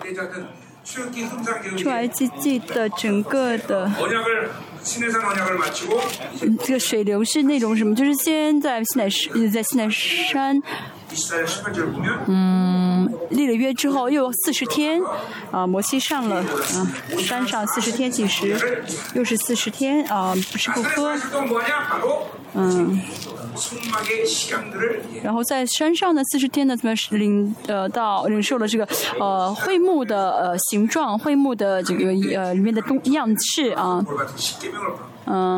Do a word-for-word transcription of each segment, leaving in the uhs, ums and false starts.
出埃及记的整个的。嗯，这个水流是内容什么？就是先在西奈山，在西奈山，嗯，立了约之后，又有四十天，啊，摩西上了啊山上四十天禁食，又是四十天啊不吃不喝，嗯，然后在山上的四十天呢，怎么领呃到领受了这个呃会幕的呃形状，会幕的这个呃里面的东样式啊。嗯，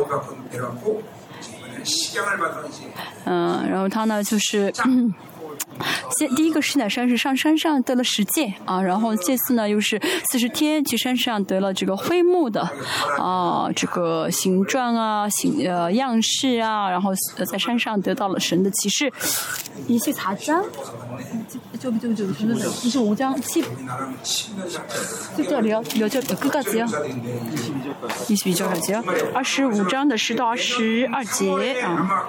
嗯，然后他呢就是，嗯，先第一个西乃山是上山上得了十诫啊，然后这次呢又是四十天去山上得了这个灰幕的啊这个形状啊形呃样式啊，然后在山上得到了神的启示。이십사 장 저기 저기 저기 저기 이십오 장 십 십 절이요? 몇 절 끝까지요? 이십이 절까지요? 二十五章的十到二十二节啊。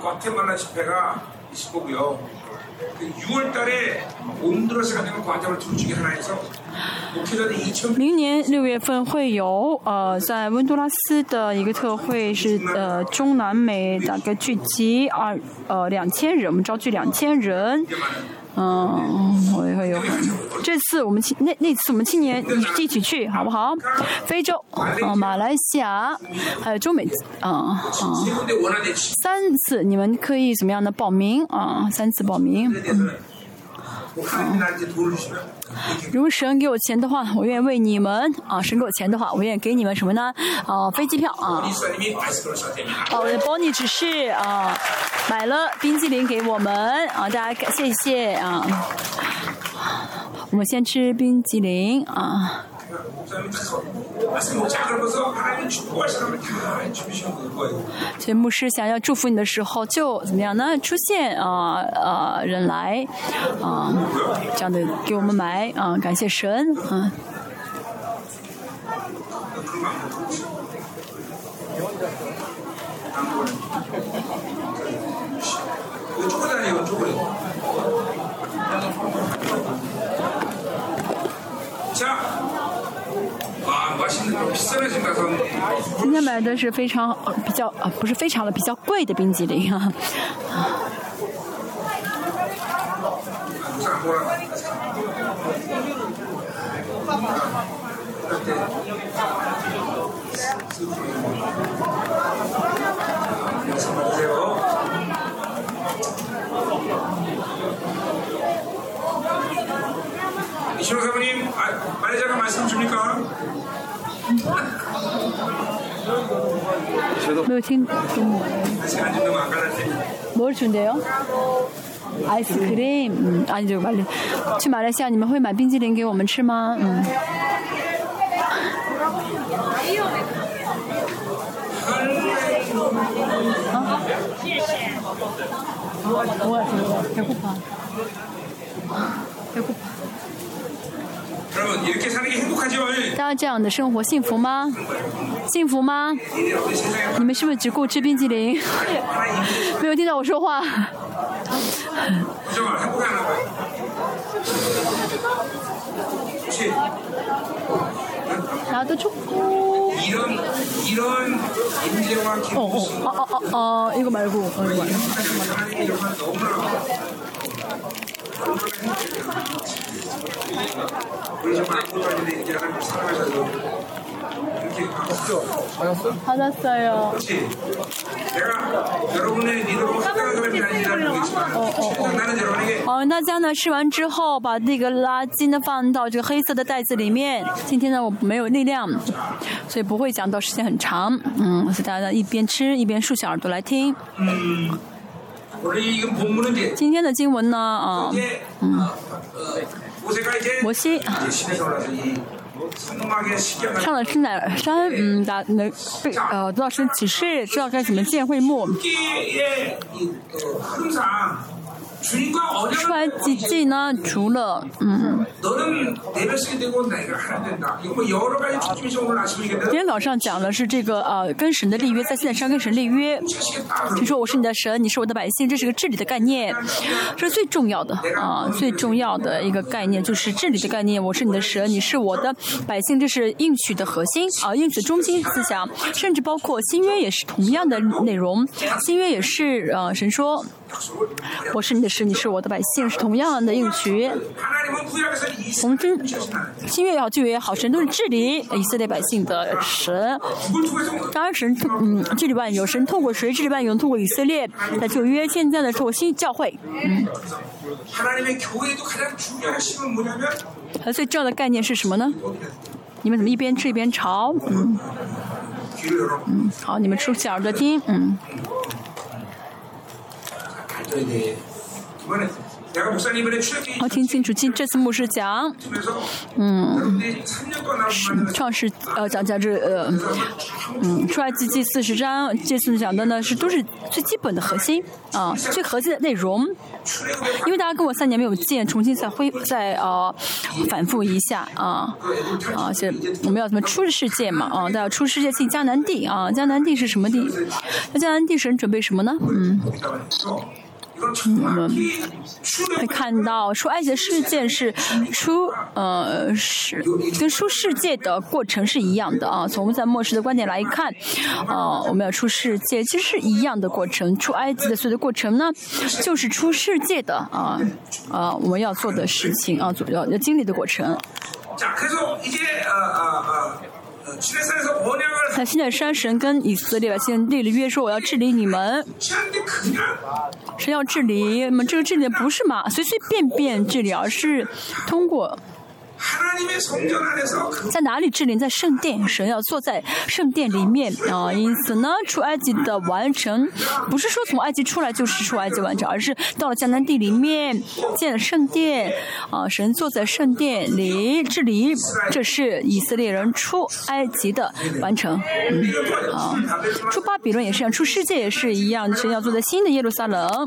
明年六月份会有呃，在温都拉斯的一个特会是呃中南美大概聚集二呃两千人，我们招聚两千人。嗯，我也会有。这次我们青那那次我们青年一起去，好不好？非洲啊，马来西亚，还有中美啊啊，三次你们可以怎么样的报名啊？三次报名。嗯嗯，如果神给我钱的话，我愿意为你们啊；神给我钱的话，我愿意给你们什么呢？啊，飞机票啊。哦，我的 Bonnie 只是啊买了冰激凌给我们啊，大家谢谢啊。我们先吃冰激凌啊。所以牧师想要祝福你的时候，就怎么样呢？出现啊啊、呃、人来啊、呃，这样的给我们买啊、呃，感谢神啊。今天买的是非常比较呃不是非常的比较贵的冰激凌啊。 이시호 사모님, 마레자가 말씀 줍니까? 没有听懂。뭘 준대요? 아이스크림. 음, 아니죠, 말레. 去马来西亚你们会买冰激凌给我们吃吗？嗯。啊？谢谢。我배고파. 배고파. 大家这样的生活幸福吗？幸福吗？你们是不是只顾吃冰淇淋？没有听到我说话。拿得出。哦哦哦哦哦， 이거 말고. 어, 이거 말고. 받았어요. 어, 哦，大家呢吃完之后，把那个垃圾呢放到这个黑色的袋子里面。今天呢我没有力量，所以不会讲到时间很长。嗯，所以大家一边吃一边竖小耳朵来听。嗯。今天的经文呢，啊，嗯，摩西上了西乃山，嗯，打能被呃得到神启示，知道该怎么建会幕。 出埃及记呢，除了嗯，今天早上讲的是这个呃，跟神的立约，在西奈山跟神立约，就说我是你的神，你是我的百姓，这是个治理的概念，这是最重要的啊、呃，最重要的一个概念就是治理的概念。我是你的神，你是我的百姓，这是应许的核心啊、呃，应许中心思想，甚至包括新约也是同样的内容，新约也是呃，神说。我是你的神，你是我的百姓，是同样的应许。我们真新约也好，旧约也好，神都是治理以色列百姓的神。当然，神嗯治理万有，神透过谁治理万有？透过以色列，在旧约，现在的透过新教會。嗯。而最重要的概念是什么呢？你们怎么一边吃一边吵？嗯。嗯，好，你们竖起耳朵听，嗯。我听清楚，今这次牧师讲，嗯，创世呃讲讲这呃，嗯，出埃及记四十章，这次讲的呢是都是最基本的核心啊，最核心的内容。因为大家跟我三年没有见，重新再恢再呃反复一下啊啊，这我们要怎么出世界嘛啊，大家出世界进迦南地啊，迦南地是什么地？那迦南地神准备什么呢？嗯。嗯，我们会看到出埃及的事件是出呃是跟出世界的过程是一样的啊。从在末世的观点来看，啊、呃，我们要出世界其实是一样的过程。出埃及的所有的过程呢，就是出世界的啊啊、呃、我们要做的事情啊，做要要经历的过程。在西奈山神跟以色列百姓立了约，说我要治理你们，神要治理，那么这个治理不是嘛随随便便治理，而是通过在哪里治理？在圣殿，神要坐在圣殿里面啊。因此呢，出埃及的完成，不是说从埃及出来就是出埃及完成，而是到了迦南地里面建了圣殿啊，神坐在圣殿里治理，这是以色列人出埃及的完成。嗯啊，出巴比伦也是一样，出世界也是一样，神要坐在新的耶路撒冷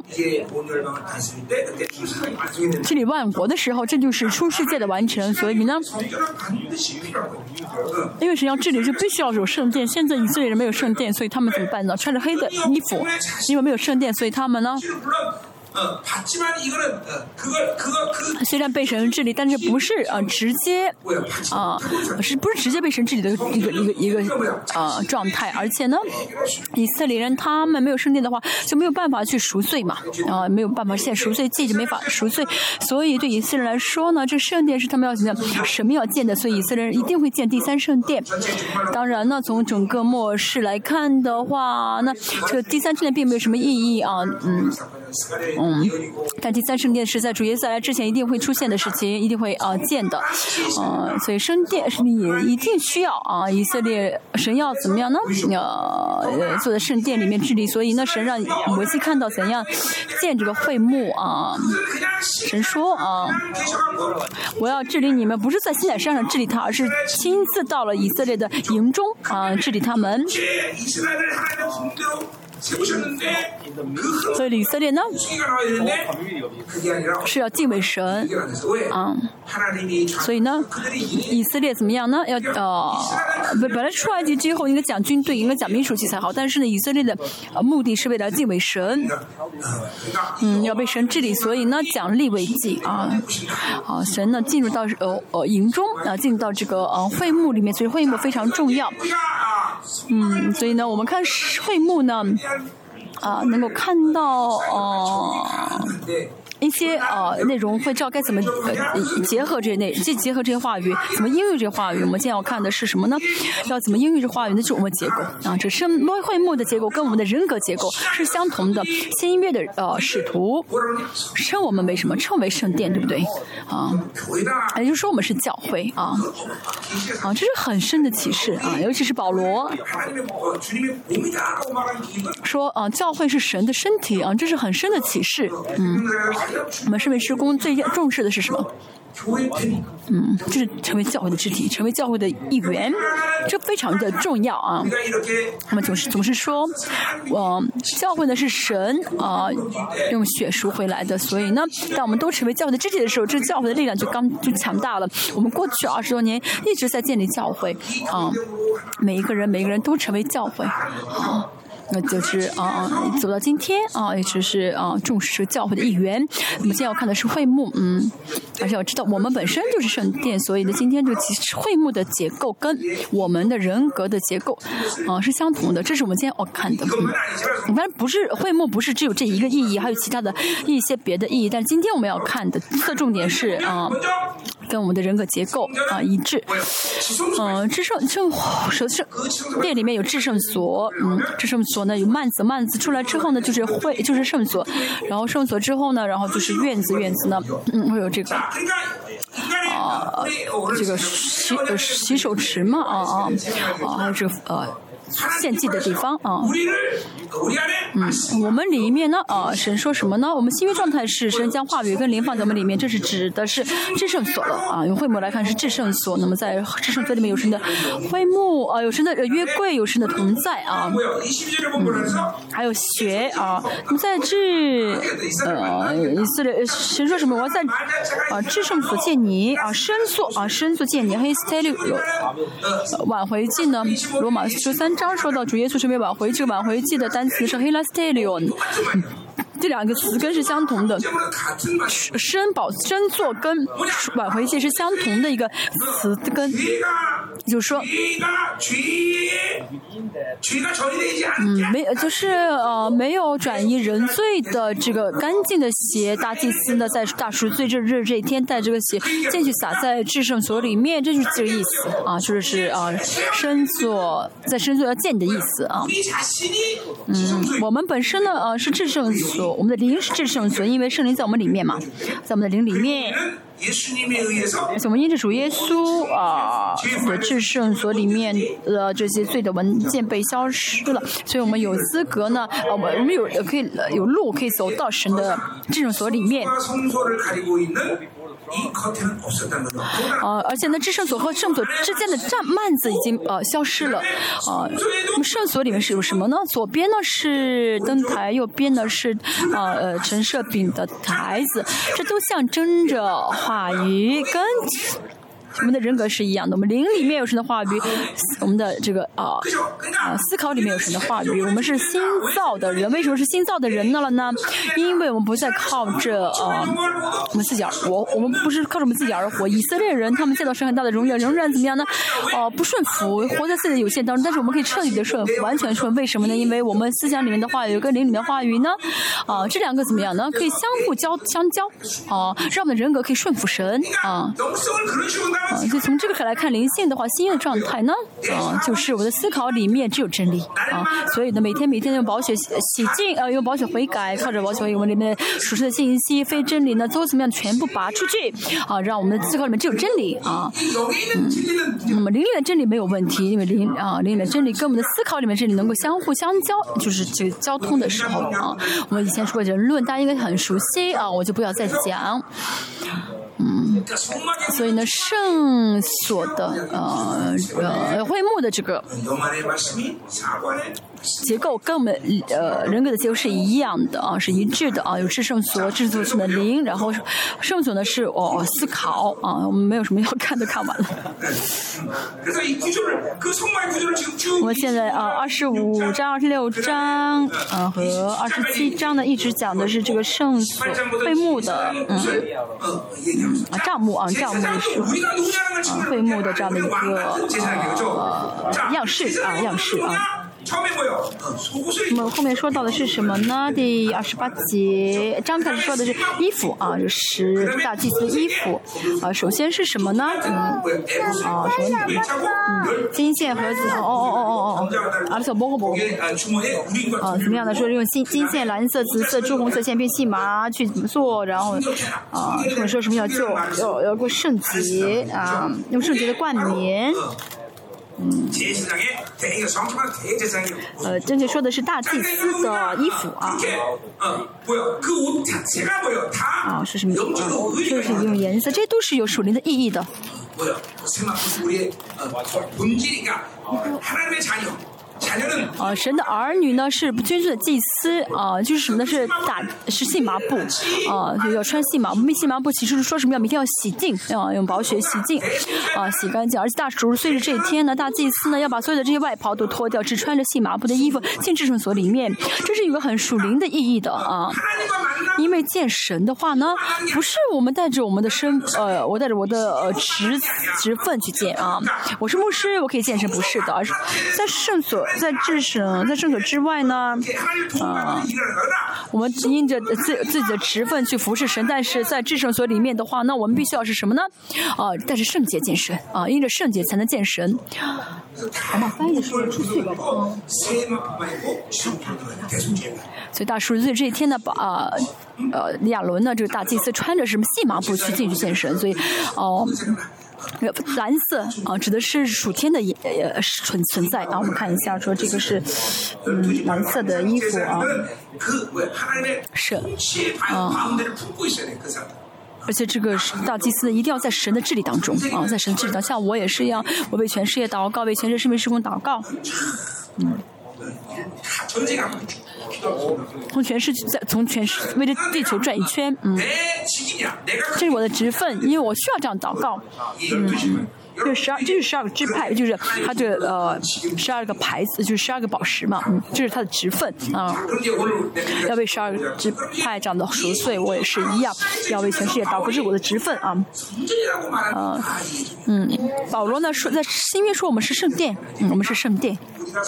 治理万国的时候，这就是出世界的完成。所以呢，因为神要治理就必须要有圣殿，现在以色列人没有圣殿，所以他们怎么办呢？穿着黑的衣服，因为没有圣殿，所以他们呢虽然被神治理，但是不是啊、呃、直接啊、呃、是不是直接被神治理的一个一个一个啊、呃、状态？而且呢，以色列人他们没有圣殿的话，就没有办法去赎罪嘛啊、呃、没有办法献赎罪祭，就没法赎罪。所以对以色列人来说呢，这圣殿是他们要神们要建的，所以以色列人一定会建第三圣殿。当然呢，从整个末世来看的话，那这个第三圣殿并没有什么意义啊，嗯。嗯，但第三圣殿是在主耶稣来之前一定会出现的事情，一定会啊、呃、建的，呃，所以圣殿是你一定需要啊，以色列神要怎么样呢？呃，坐在圣殿里面治理，所以呢，神让摩西看到怎样建这个会幕啊，神说啊，我要治理你们，不是在西乃山上治理他，而是亲自到了以色列的营中啊治理他们。所以以色列呢是要敬畏神啊、嗯，所以呢以色列怎么样呢？要呃本来出埃及之后应该讲军队，应该讲民属祭才好，但是呢以色列的、呃、目的是为了敬畏神，嗯，要被神治理，所以呢讲利未记啊啊，神呢进入到呃呃营中啊，进入到这个呃会幕里面，所以会幕非常重要。嗯，所以呢我们看会幕呢。啊、呃，能够看到呃一些呃内容，会知道该怎么呃结合这些内，这结合这些话语，怎么应用这些话语。我们今天要看的是什么呢？要怎么应用这话语呢？就是我们结构啊，这是会幕的结构跟我们的人格结构是相同的。新约的呃使徒称我们为什么？称为圣殿，对不对？啊，也就是说我们是教会啊啊，这是很深的启示啊，尤其是保罗说啊，教会是神的身体啊，这是很深的启示。嗯。我们圣杯事工最重视的是什么？ 嗯，就是成为教会的肢体，成为教会的一员，这非常的重要啊。我们总是总是说，呃，教会呢是神啊、呃、用血赎回来的，所以呢，当我们都成为教会的肢体的时候，这教会的力量就刚就强大了。我们过去二十多年一直在建立教会啊、呃，每一个人每一个人都成为教会啊。那就是啊、呃，走到今天啊、呃，也只是啊、呃，重视教会的一员。那么现在要看的是会幕，嗯，而且要知道我们本身就是圣殿，所以呢，今天这个其实会幕的结构跟我们的人格的结构啊、呃、是相同的，这是我们今天要看的。嗯，当然不是会幕，不是只有这一个意义，还有其他的一些别的意义。但是今天我们要看的侧重点是啊、呃，跟我们的人格结构啊、呃、一致。嗯、呃，至圣圣圣圣殿里面有至圣所，嗯，至圣所。所呢有幔子，幔子出来之后呢就是会就是圣所，然后圣所之后呢，然后就是院子，院子呢嗯会有这个啊、呃、这个洗呃洗手池嘛啊啊啊还有这个呃献祭的地方啊。嗯，我们里面呢啊，神说什么呢？我们新约状态是神将话语跟灵放在我们里面，这是指的是至圣所了啊。用会幕来看是至圣所，那么在至圣所里面有神的会幕啊，有神的约柜，有神的同在啊。嗯，还有血啊。那么在至呃以色列神说什么？我要在啊至圣所见你啊，深作啊深作见你。黑斯泰利挽回祭呢？罗马十三章说到主耶稣是没挽回，这个挽回祭的单词是 hilasterion， 这两个词根是相同的，申保申作跟挽回祭是相同的一个词根，就是说，嗯，没就是呃没有转移人罪的这个干净的血，大祭司呢在大赎罪这日这一天带这个血进去洒在至圣所里面，这就是这个意思啊，就是是啊申作在申作要见的意思啊。嗯，我们本身呢呃是至圣所，我们的灵是至圣所，因为圣灵在我们里面嘛，在我们的灵里面。而且我们因着主耶稣啊的至圣所里面的这些罪的文件被消失了，所以我们有资格呢，呃，我们有可以有路可以走到神的至圣所里面。呃，而且呢，至圣所和圣所之间的幔幔子已经呃消失了。呃，那么圣所里面是有什么呢？左边呢是灯台，右边呢是呃呃陈设饼的台子，这都象征着话语跟我们的人格是一样的。我们灵里面有神的话语，我们的这个啊啊、呃、思考里面有神的话语。我们是新造的人，为什么是新造的人呢呢？因为我们不再靠着呃我们自己而活，我们不是靠着我们自己而活。以色列人他们见到神很大的荣耀，仍然怎么样呢？哦、呃，不顺服，活在自己的有限当中。但是我们可以彻底的顺服，完全顺。为什么呢？因为我们思想里面的话语跟灵里面的话语呢，啊、呃，这两个怎么样呢？可以相互交相交啊、呃，让我们的人格可以顺服神啊。啊，就从这个来看灵性的话，新约的状态呢，啊，就是我的思考里面只有真理啊，所以呢，每天每天用宝血洗净，呃，用宝血悔改，靠着宝血悔改，我们里面属实的信息、非真理呢，都怎么样全部拔出去啊，让我们的思考里面只有真理啊。嗯，那么灵里的真理没有问题，因为灵啊，灵里的真理跟我们的思考里面真理能够相互相交，就是这个交通的时候啊。我们以前说人论，大家应该很熟悉啊，我就不要再讲。嗯，所以呢，圣所的呃呃会幕的这个结构跟我们呃人格的结构是一样的啊，是一致的啊。有至圣所，至圣所的灵，然后圣所呢是哦思考啊，我们没有什么要看的，看完了。我们现在啊二十五章、二十六章啊和二十七章呢，一直讲的是这个圣所会幕的嗯嗯啊帐幕啊帐幕是啊会幕的这样的一个呃样式啊样式啊。那么后面说到的是什么呢？第二十八节章开始说的是衣服啊，就是大祭司的衣服啊。首先是什么呢？嗯啊什么？嗯，金线和哦哦哦哦哦，阿里索波波波啊，怎么样的说用金金线、蓝色、紫色、朱红色线片细麻去怎么做？然后啊，或者说什么要救要要过圣洁啊，用圣洁的冠冕。 嗯，呃，正确说的是大祭司的衣服啊。啊，是什么？啊，就是用颜色，这些都是有属灵的意义的。啊，神的儿女呢是不尊尊的祭司啊，就是什么呢？是打是细麻布啊，就要穿细麻布。细麻布其实是说什么呀？每天要洗净啊，用宝血洗净啊，洗干净。而且大赎岁日这一天呢，大祭司呢要把所有的这些外袍都脱掉，只穿着细麻布的衣服进至圣所里面。这是有个很属灵的意义的啊。因为见神的话呢，不是我们带着我们的身呃，我带着我的呃职职分去见啊。我是牧师，我可以见神，不是的，而是在圣所。在至圣，在圣所之外呢，啊、呃，我们因着自自己的职分去服侍神，但是在至圣所里面的话，那我们必须要是什么呢？啊、呃，带着圣洁见神啊，因着圣洁才能见神。好吧，翻译是出去吧。嗯。所以大赎罪这一天呢，把啊呃利亚伦呢这个大祭司穿着什么细麻布去进去见神，所以哦。呃、蓝色啊，指的是属天的呃存存在啊。我们看一下，说这个是嗯蓝色的衣服啊，是啊，而且这个大祭司一定要在神的治理当中啊，在神的治理当中，像我也是一样，我为全世界祷告，为全世界生命事工祷告，嗯。从全世界，从全世为了地球转一圈，嗯，这是我的职分，因为我需要这样祷告，嗯，这十二，这是十二个支派，就是他这呃十二个牌子，就是十二个宝石嘛，嗯，这是他的职分啊，要为十二个支派这样的赎罪，我也是一样，要为全世界祷告，这是我的职分啊，啊，嗯，保罗呢说在新约说我们是圣殿，嗯，我们是圣殿。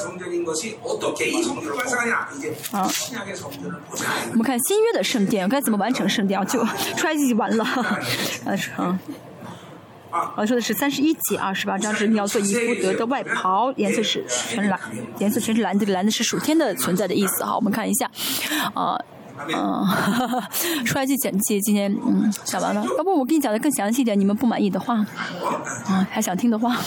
啊，我们看新约的圣殿该怎么完成圣殿啊？就出埃及记完了，啊，啊，说的是三十一节二十八章是你要做以弗得的外袍，颜色是全蓝，颜色全是蓝的，蓝的是属天的存在的意思哈。我们看一下，啊。嗯，出来就简介今天嗯讲完了，要不我跟你讲的更详细一点，你们不满意的话，啊还想听的话。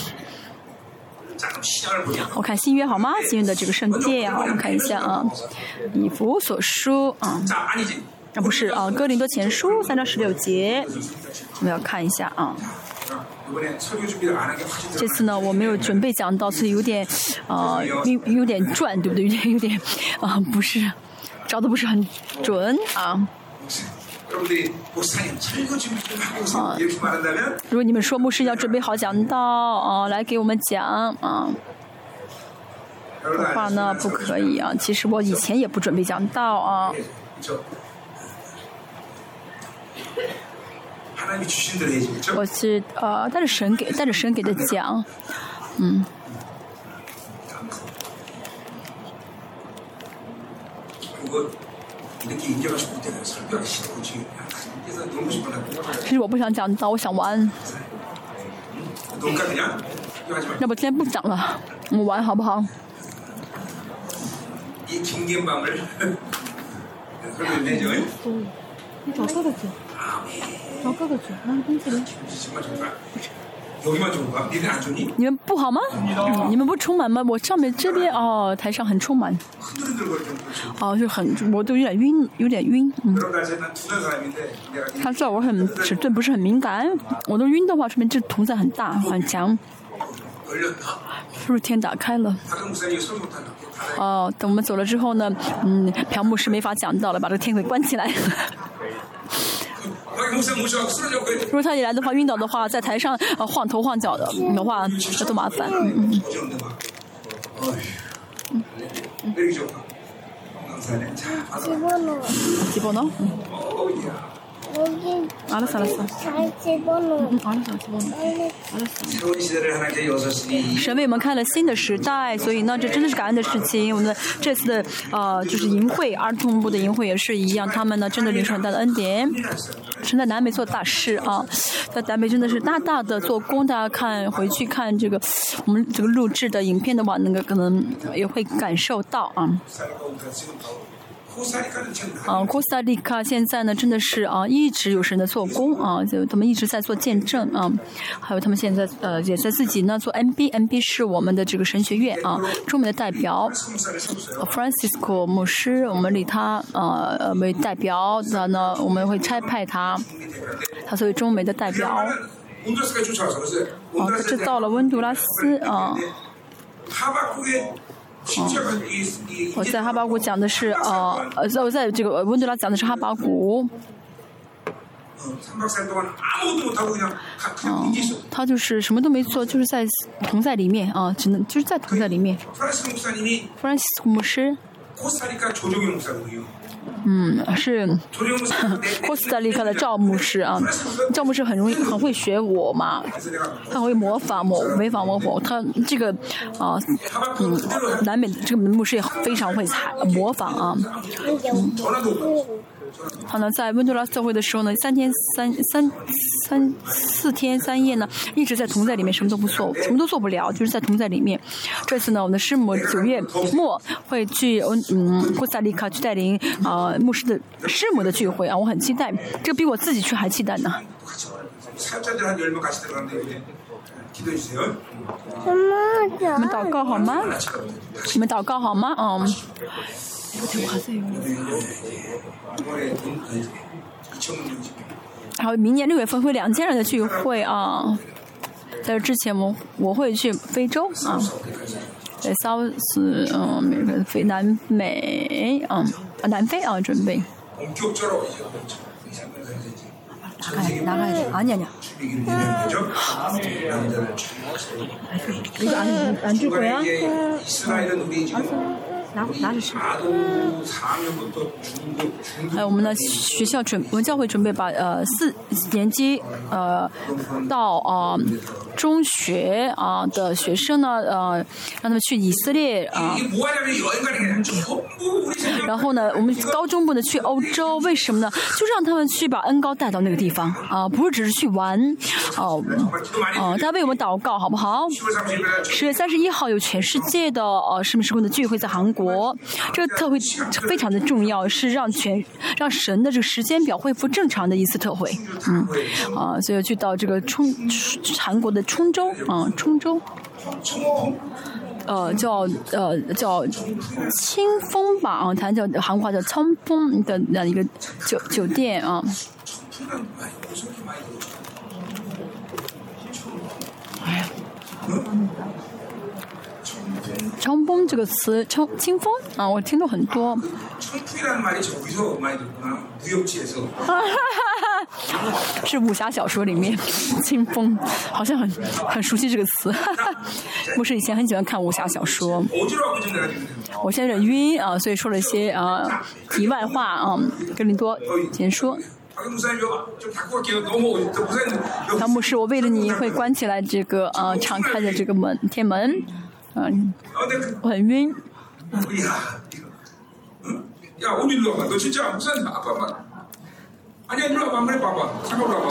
我看新约好吗？新约的这个圣殿啊，我们看一下啊，以弗所书啊，啊不是啊，哥林多前书三章十六节，我们要看一下啊。这次呢，我没有准备讲到，所以有点啊，有、呃、有点转，对不对？有点有点啊，不是找的不是很准啊。啊，如果你们说牧师要准备好讲道啊，来给我们讲啊的话呢，不可以啊。其实我以前也不准备讲道啊。我是呃带着神给带着神给的讲，嗯。其实我不想讲到，我想玩。要不今天不讲了，我们玩好不好？你找哥哥去，找哥哥去，拿个冰淇淋。你们不好吗？嗯、你们不充满吗？我上面这边哦，台上很充满。哦，就很，我都有点晕，有点晕。嗯。他知道我很尺寸不是很敏感，我都晕的话，说明这同在很大很强。是不是天打开了？哦，等我们走了之后呢，嗯，朴牧师没法讲到了，把这个天给关起来。如果他一来的话，晕倒的话，在台上呃晃头晃脚的的话，这多麻烦。嗯嗯嗯。집어넣어? 알았어, 알았어. 잘 집어넣어. 응, 알았어, 집어넣어. 알았어. 神为我们开了新的时代，所以呢，这真的是感恩的事情。我们的这次的呃，就是营会，儿童部的营会也是一样，他们呢真的领受很大的恩典。神在南美做大事啊，在南美真的是大大的做工。大家看回去看这个我们这个录制的影片的话，那个可能也会感受到啊。 啊，哥斯达黎卡现在呢，真的是啊，一直有神的做工啊，就他们一直在做见证啊，还有他们现在呃也在自己呢做 M B，M B 是我们的这个神学院啊，中美的代表 Francisco 牧师，我们以他呃为代表，那呢我们会差派他，他作为中美的代表。啊，这到了温都拉斯啊。哦，我在哈巴谷讲的是呃呃，我在这个温都拉讲的是哈巴谷。嗯，他就是什么都没做，就是在同在里面啊，只能就是在同在里面。弗兰西斯牧师。嗯，是哥斯达黎卡的赵牧师啊，赵牧师很容易很会学我嘛，他会模仿模模仿模仿他这个啊，嗯，南美这个牧师也非常会采模仿啊。嗯他呢，在温都拉斯特会的时候呢，三天三三三四天三夜呢，一直在同在里面，什么都不做，什么都做不了，就是在同在里面。这次呢，我们的师母九月末会去嗯哥斯达黎卡去带领啊、呃、牧师的师母的聚会啊，我很期待，这比我自己去还期待呢。你们祷告好吗？你们祷告好吗？嗯。然后明年六月份会两千人的聚会啊，在这之前我我会去非洲啊，在 South 嗯非南美啊南非啊准备。나가야돼아니아니야이거안안줄거야拿拿着吃。还有我们的学校准，我们教会准备把呃四年级呃到啊、呃、中学啊、呃、的学生呢呃让他们去以色列啊、呃，然后呢我们高中部呢去欧洲，为什么呢？就让他们去把恩膏带到那个地方啊、呃，不是只是去玩哦哦、呃，大家为我们祷告好不好？十月三十一号有全世界的呃使命事工的聚会在韩国。国这个特会非常的重要，是让全让神的这个时间表恢复正常的一次特会，嗯啊，所以去到这个冲韩国的冲州啊，冲州，呃叫呃叫清风吧啊，它叫韩国话叫清风的那一个酒酒店啊。哎呀。清风这个词，清清风啊，我听到很多。是武侠小说里面，清风好像很很熟悉这个词。牧师以前很喜欢看武侠小说。我现在有点晕啊，所以说了一些啊题外话啊，跟你多先说。唐牧师，我为了你会关起来这个呃敞开的这个门天门。嗯，我很晕。 야, 오늘 일로 와봐. 너 진짜 목사님 아빠 봐. 아니야, 일로 와봐. 한 번에 봐봐. 잠깐 와봐.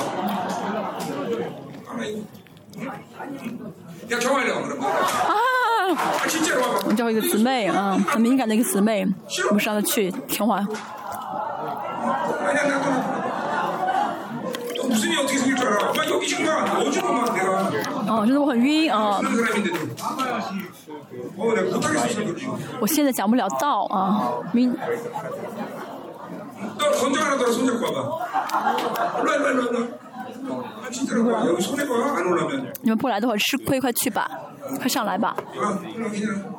가만히. 야, 정말요. 그럼. 아, 진짜로 와봐. 我叫一个姊妹啊，很敏感的一个姊妹，我们让她去听话。 아니야, 나도. 무슨 이 어떻게 생길 줄 알아? 막 여기 지금 막 어지러워 막 내가. 哦，真的我很晕啊。 그런 사람인데도. 어, 내가 못하겠어 그러지. 我现在讲不了道啊，晕。 너 건져 하나 더 손잡고 와봐. 일로 일로 일로. 아 진짜로 봐. 여기 손에 봐. 안 올라면. 你们不来的话吃亏，快去吧，快上来吧。 야, 일로 그냥.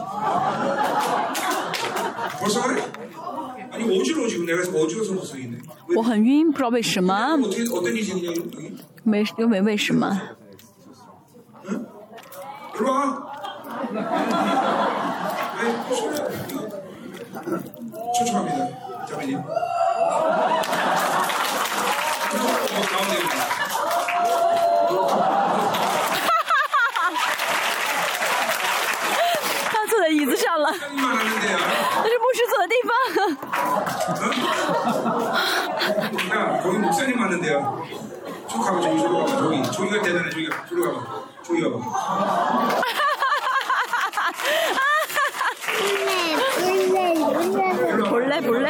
벌써 그래? 아니 어지러워 지금 내가 어지러워서 못 쓰겠네. 我很晕，不知道为什么。 어떻게 어떤 일이 생기냐 여기? 没又没为什么。 응? 일로 와. 네, 손에. 초청합니다. 자매님. 가운데. 他坐在椅子上了，那是牧师坐的地方。야, 거기 목사님 맞는데요. 쭉 가봐, 저기 저기 가봐, 저기 저기가 대단해, 저기가 저기 가봐, 저기 가봐. 볼래 볼래.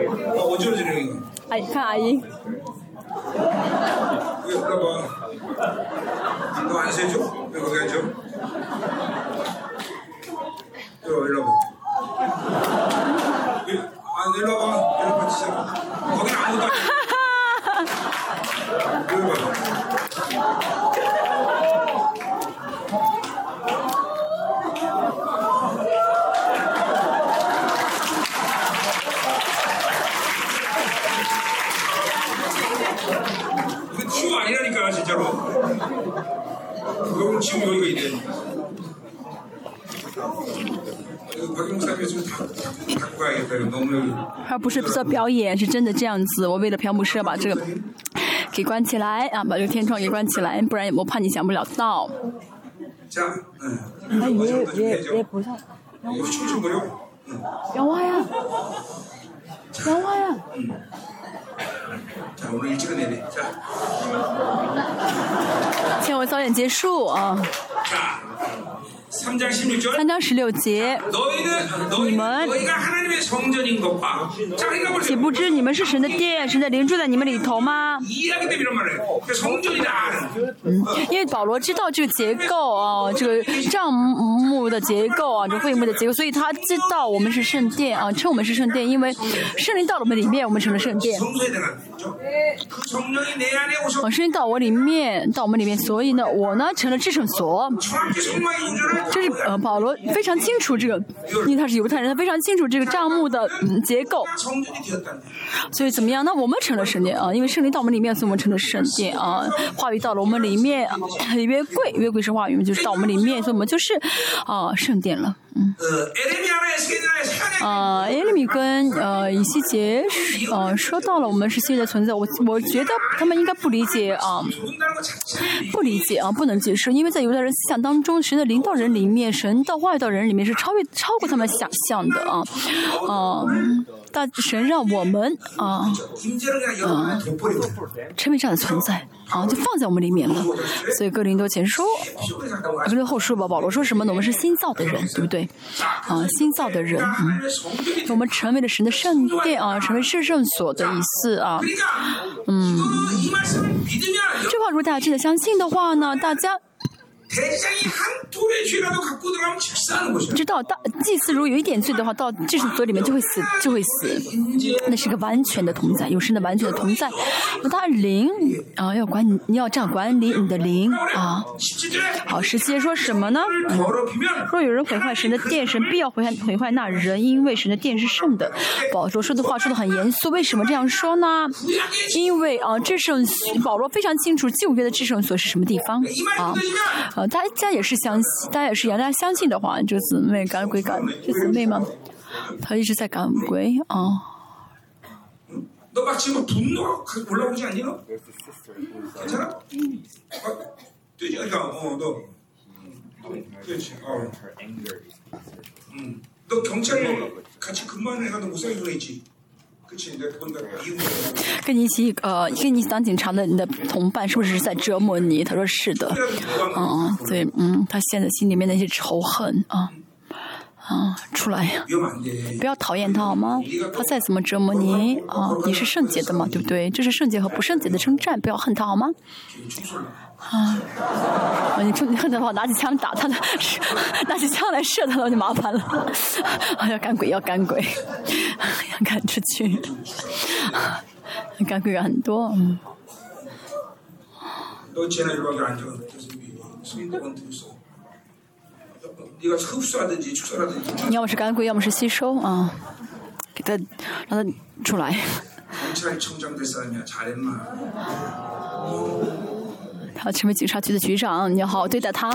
어, 어지러지네 이거. 阿姨看阿姨， 이거 봐봐. 너 안 세죠? 왜 거기 앉아? 저 일로 와봐. 아, 일로 와봐. 일로 같이 자. 거기는 아무것도 안 해. 일로 와봐. 이거 치유 아니라니까 진짜로. 여러분 지금 여기가 있네. 박 목사님 좀 갖고 가야겠다. 이거 너무 여기. 而不是做表演，是真的这样子。我为了朴牧师要把这个给关起来啊，把这个天窗给关起来，不然我怕你想不了道。 자, 응. 어제부터 좀 해줘. 이거 춤춰버려. 응. 영화야, 영화야. 응. 자, 오늘 일찍은 내내. 자. 天文早点结束啊。 자, 삼 장 십육 절. 三章十六节， 너희는 너희 너희가 하나님의 성전인 것과 자, 그러니까 岂 보세요. 不知你们是神的殿，神的灵住在你们里头吗？ 이해하기 때문에 이런 말을 해요. 그러니까 성전이다. 因为保罗知道这个结构啊，这个帐幕的结构啊，这会幕的结构，所以他知道我们是圣殿啊，称我们是圣殿，因为圣灵到了我们里面，我们成了圣殿。 성소에 대한 거죠. 그 성령이 내 안에 오셔 啊，圣灵到我里面，到我们里面，所以呢，我呢成了至圣所。 정확히 성막의 인조를 这是呃，保罗非常清楚这个，因为他是犹太人，他非常清楚这个帐幕的、嗯、结构。 성전이 되었다는 所以怎么样？那我们成了圣殿啊，因为圣灵到我们里面，所以我们成了圣殿啊。话语到了我们里面，啊、约柜，约柜是话语，就是到我们里面，所以我们就是啊圣殿了。嗯。 어, 에레미야나 에스겔이나 사냥 啊，耶利米跟呃以西结呃说到了我们是新的存在，我我觉得他们应该不理解啊， 죽는다는 것 자체를 不理解啊，不能解释，因为在犹太人思想当中，神的领导人里面，神的话语到人里面是超越超过他们想象的啊，啊，大神让我们啊 임재를 그냥 여러분에 돋보리고 成为这样的存在啊，就放在我们里面了。所以哥林多前书、 피부에 산다고 哥林多后书吧，保罗说什么呢？我们是新造的人，对不对？啊，新造的人，嗯， 하나님의 성전이 我们成为了神的圣殿啊，成为至圣所的意思啊。 그러니까 이거는 이 말씀을 믿으면 这话如果大家真的相信的话呢，大家 대장이 한 톨의 죄라도 갖고 들어가면 직사하는 것이야. 知道大祭司如有一点罪的话，到至圣所里面就会死，就会死。那是个完全的同在，有神的完全的同在。他灵啊，要管你，你要这样管理你的灵啊。 십칠 절에 好，十七节说什么呢？ 더럽히면 若有人毁坏神的殿，神必要毁坏毁坏那人，因为神的殿是圣的。保罗说的话说的很严肃，为什么这样说呢？因为啊，至圣保罗非常清楚旧约的至圣所是什么地方啊。呃，大家也是相信，大家也是一样，大家相信的话，这姊妹赶鬼赶，这姊妹吗？她一直在赶鬼啊。 너 막 지금 분노가 올라오지 않니 너? 괜찮아? 막 뛰지 그러니까 어너 그렇지 어. 음. 너 경찰 같이 근무하는 애가 너 무사히 보내 있지? 그치 내가 보니까 이웃 跟你一起呃，跟你一起当警察的你的同伴是不是在折磨你？他说是的，嗯，对，嗯，他现在心里面那些仇恨啊。 啊，出来呀！不要讨厌他好吗？他再怎么折磨你啊，你是圣洁的嘛，对不对？这是圣洁和不圣洁的称战，不要恨他好吗？啊，你你恨他的话，拿起枪打他的，拿起枪来射他，那就麻烦了。啊，要赶鬼，要赶鬼，要赶出去，赶鬼很多，嗯。 你要么是赶鬼，要么是吸收啊，给他让他出来。他要成为警察局的局长，你要好好对待他。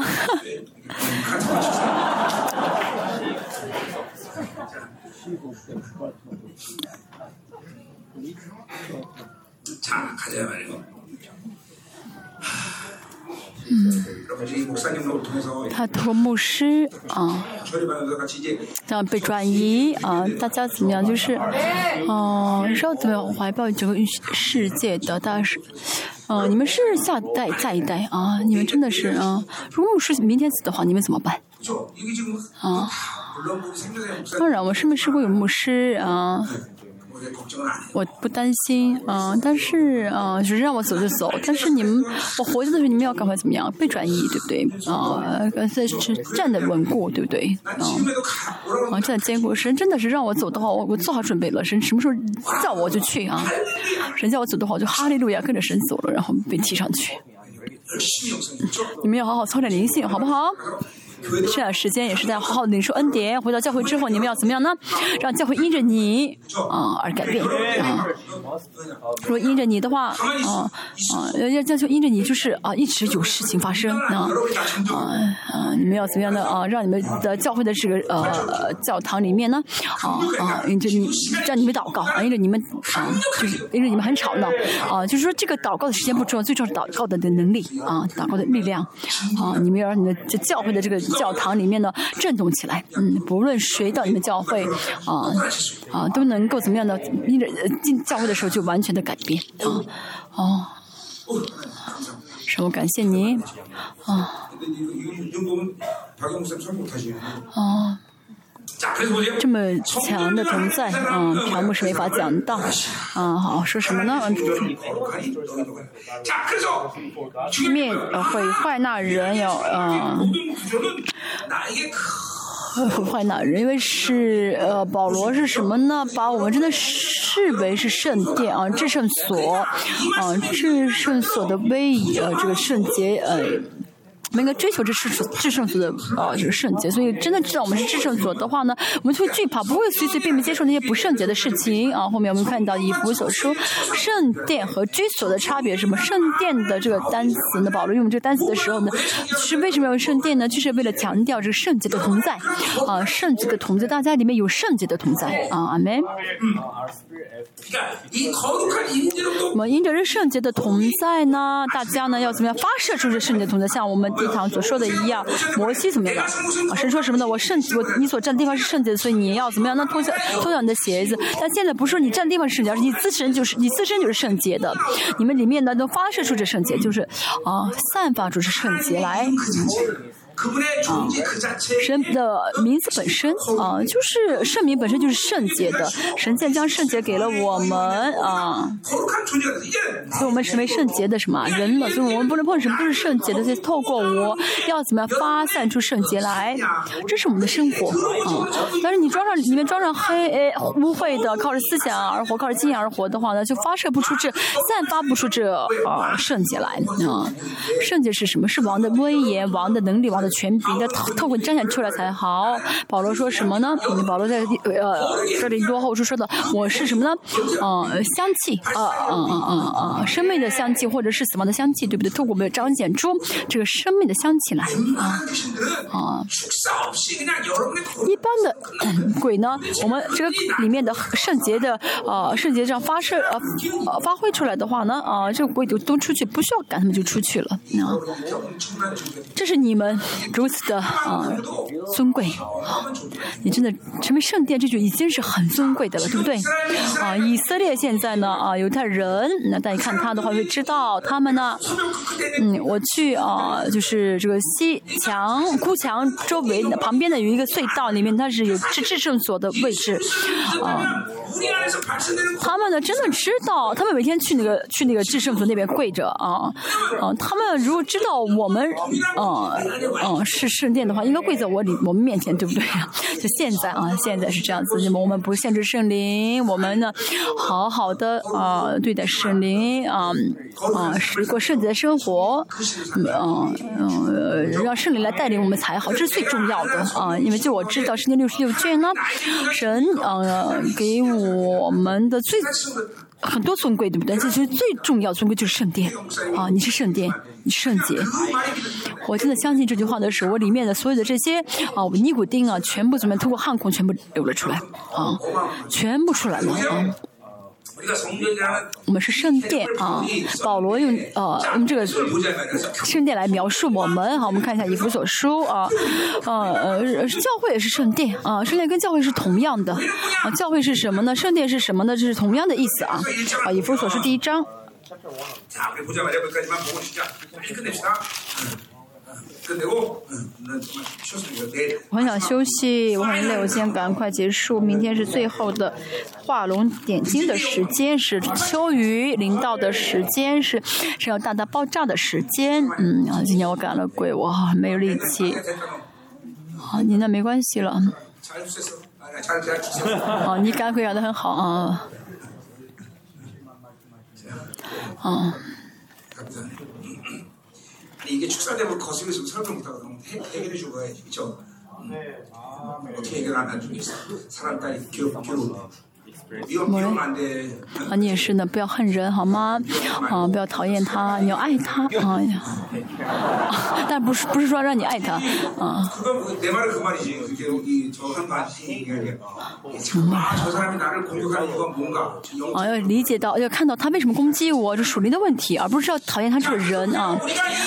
嗯。 他通过牧师啊，这样被转移啊，大家怎么样？就是，嗯、呃，知道怎么样怀抱整个世界的，大家是，嗯、呃，你们是下一代、下一代啊，你们真的是啊，如果牧师明天死的话，你们怎么办？啊，当然，我身边是会有牧师啊。 我不担心，嗯、呃，但是，嗯、呃，只是让我走就走。但是你们，我活着的时候，你们要赶快怎么样？被转移，对不对？啊、呃，在站得稳固，对不对？嗯、呃，啊，站得坚固。神真的是让我走的话，我我做好准备了。神什么时候叫我就去啊？神叫我走的话，我就哈利路亚跟着神走了，然后被提上去。你们要好好操练灵性，好不好？这段时间也是在好好领受恩典。回到教会之后，你们要怎么样呢？让教会因着你啊、呃、而改变啊。如果因着你的话，啊啊，要要就因着你，就是啊一直有事情发生啊啊啊！你们要怎么样的啊？让你们的教会的这个呃教堂里面呢啊啊，因着你让你们祷告啊，因着你们啊，就是因着你们很吵闹啊，就是说这个祷告的时间不重要，最重要是祷告的的能力啊，祷告的力量啊，你们要让你的这教会的这个教堂里面呢震动起来，嗯，不论谁到你们教会啊啊都能够怎么样的，因着进教会的时候就完全的改变啊哦，神，我感谢你啊啊。这么强的同在，嗯，传牧是没法讲到，啊，好，说什么呢？灭呃毁坏那人要呃毁坏那人，因为是呃保罗是什么呢？把我们真的视为是圣殿啊，至圣所啊，至圣所的威仪呃，这个圣洁呃。我们应该追求这至至圣所的啊、呃，这个圣洁。所以真的知道我们是至圣所的话呢，我们就会惧怕，不会随随便便接受那些不圣洁的事情啊。后面我们看到以弗所书，圣殿和居所的差别是什么？圣殿的这个单词呢，保罗用这个单词的时候呢，是为什么要用圣殿呢？就是为了强调这个圣洁的同在啊，圣洁的同在，大家里面有圣洁的同在啊，阿门。我们因着这圣洁的同在呢，大家呢要怎么样发射出这圣洁的同在？像我们第一堂所说的一样，摩西怎么样的？啊，神说什么呢？我圣我你所站的地方是圣洁的，所以你要怎么样？那脱下脱掉你的鞋子。但现在不是说你站的地方是圣洁，而是你自身就是你自身就是圣洁的。你们里面呢都发射出这圣洁，就是啊散发出这圣洁来。啊，神的名字本身啊，就是圣名本身就是圣洁的。神现在将圣洁给了我们啊，所以我们成为圣洁的什么人了。所以我们不能碰什么都是圣洁的，所以透过我要怎么样发散出圣洁来，这是我们的生活啊。但是你装上里面装上黑诶污秽的，靠着思想而活，靠着经验而活的话呢，就发射不出这散发不出这啊圣洁来啊。圣洁是什么？是王的威严，王的能力，王的权柄，要透透过彰显出来才好。保罗说什么呢？嗯、保罗在呃这里多后书说的，我是什么呢？呃，香气啊啊啊啊，生命的香气，或者是死亡的香气，对不对？透过我们彰显出这个生命的香气来啊啊。一般的、嗯、鬼呢，我们这个里面的圣洁的呃圣洁这样发射呃呃发挥出来的话呢，啊、呃，这个鬼都都出去，不需要赶他们就出去了啊。这是你们如此的啊、呃、尊贵，你真的成为圣殿，这就已经是很尊贵的了，对不对？啊，以色列现在呢啊犹太人，那大家看他的话会知道，他们呢，嗯，我去啊、呃、就是这个西墙哭墙周围旁边的有一个隧道，里面它是有至至圣所的位置啊。他们呢真的知道，他们每天去那个去那个至圣所那边跪着啊啊，他们如果知道我们啊啊是圣殿的话，应该跪在我里我们面前，对不对？就现在啊，现在是这样子，我们不限制圣灵，我们呢好好的啊对待圣灵啊啊，是过圣洁的生活，嗯嗯，让圣灵来带领我们才好，这是最重要的啊，因为就我知道圣经六十六卷呢，神呃给我。我们的最很多尊贵，对不对？这是最重要的尊贵，就是圣殿啊！你是圣殿，你是圣洁。我真的相信这句话的时候，我里面的所有的这些啊，尼古丁啊，全部怎么通过汗孔全部流了出来啊，全部出来了啊！我们是圣殿啊，保罗用呃用这个圣殿来描述我们。好，我们看一下以弗所书啊，呃呃，教会也是圣殿啊，圣殿跟教会是同样的啊。教会是什么呢？圣殿是什么呢？这是同样的意思啊。啊，以弗所书第一章。 我很想休息，我很累，我先赶快结束。明天是最后的画龙点睛的时间，是秋雨临到的时间，是是要大大爆炸的时间。嗯啊，今天我赶了鬼，我没有力气。好，你那没关系了。哦，你赶鬼赶得很好啊。啊。 이게 축사대로 거슬고 있으면 설명 못하고 해결해 준 거예요, 그렇죠? 어떻게 해결 안 해주겠어? 사람 딸이 귀엽 귀여워. 啊，你也是呢，不要恨人好吗？啊，不要讨厌他，你要爱他啊。但不是不是说让你爱他啊。啊，要理解到，要看到他为什么攻击我，这属灵的问题，而不是要讨厌他这个人啊。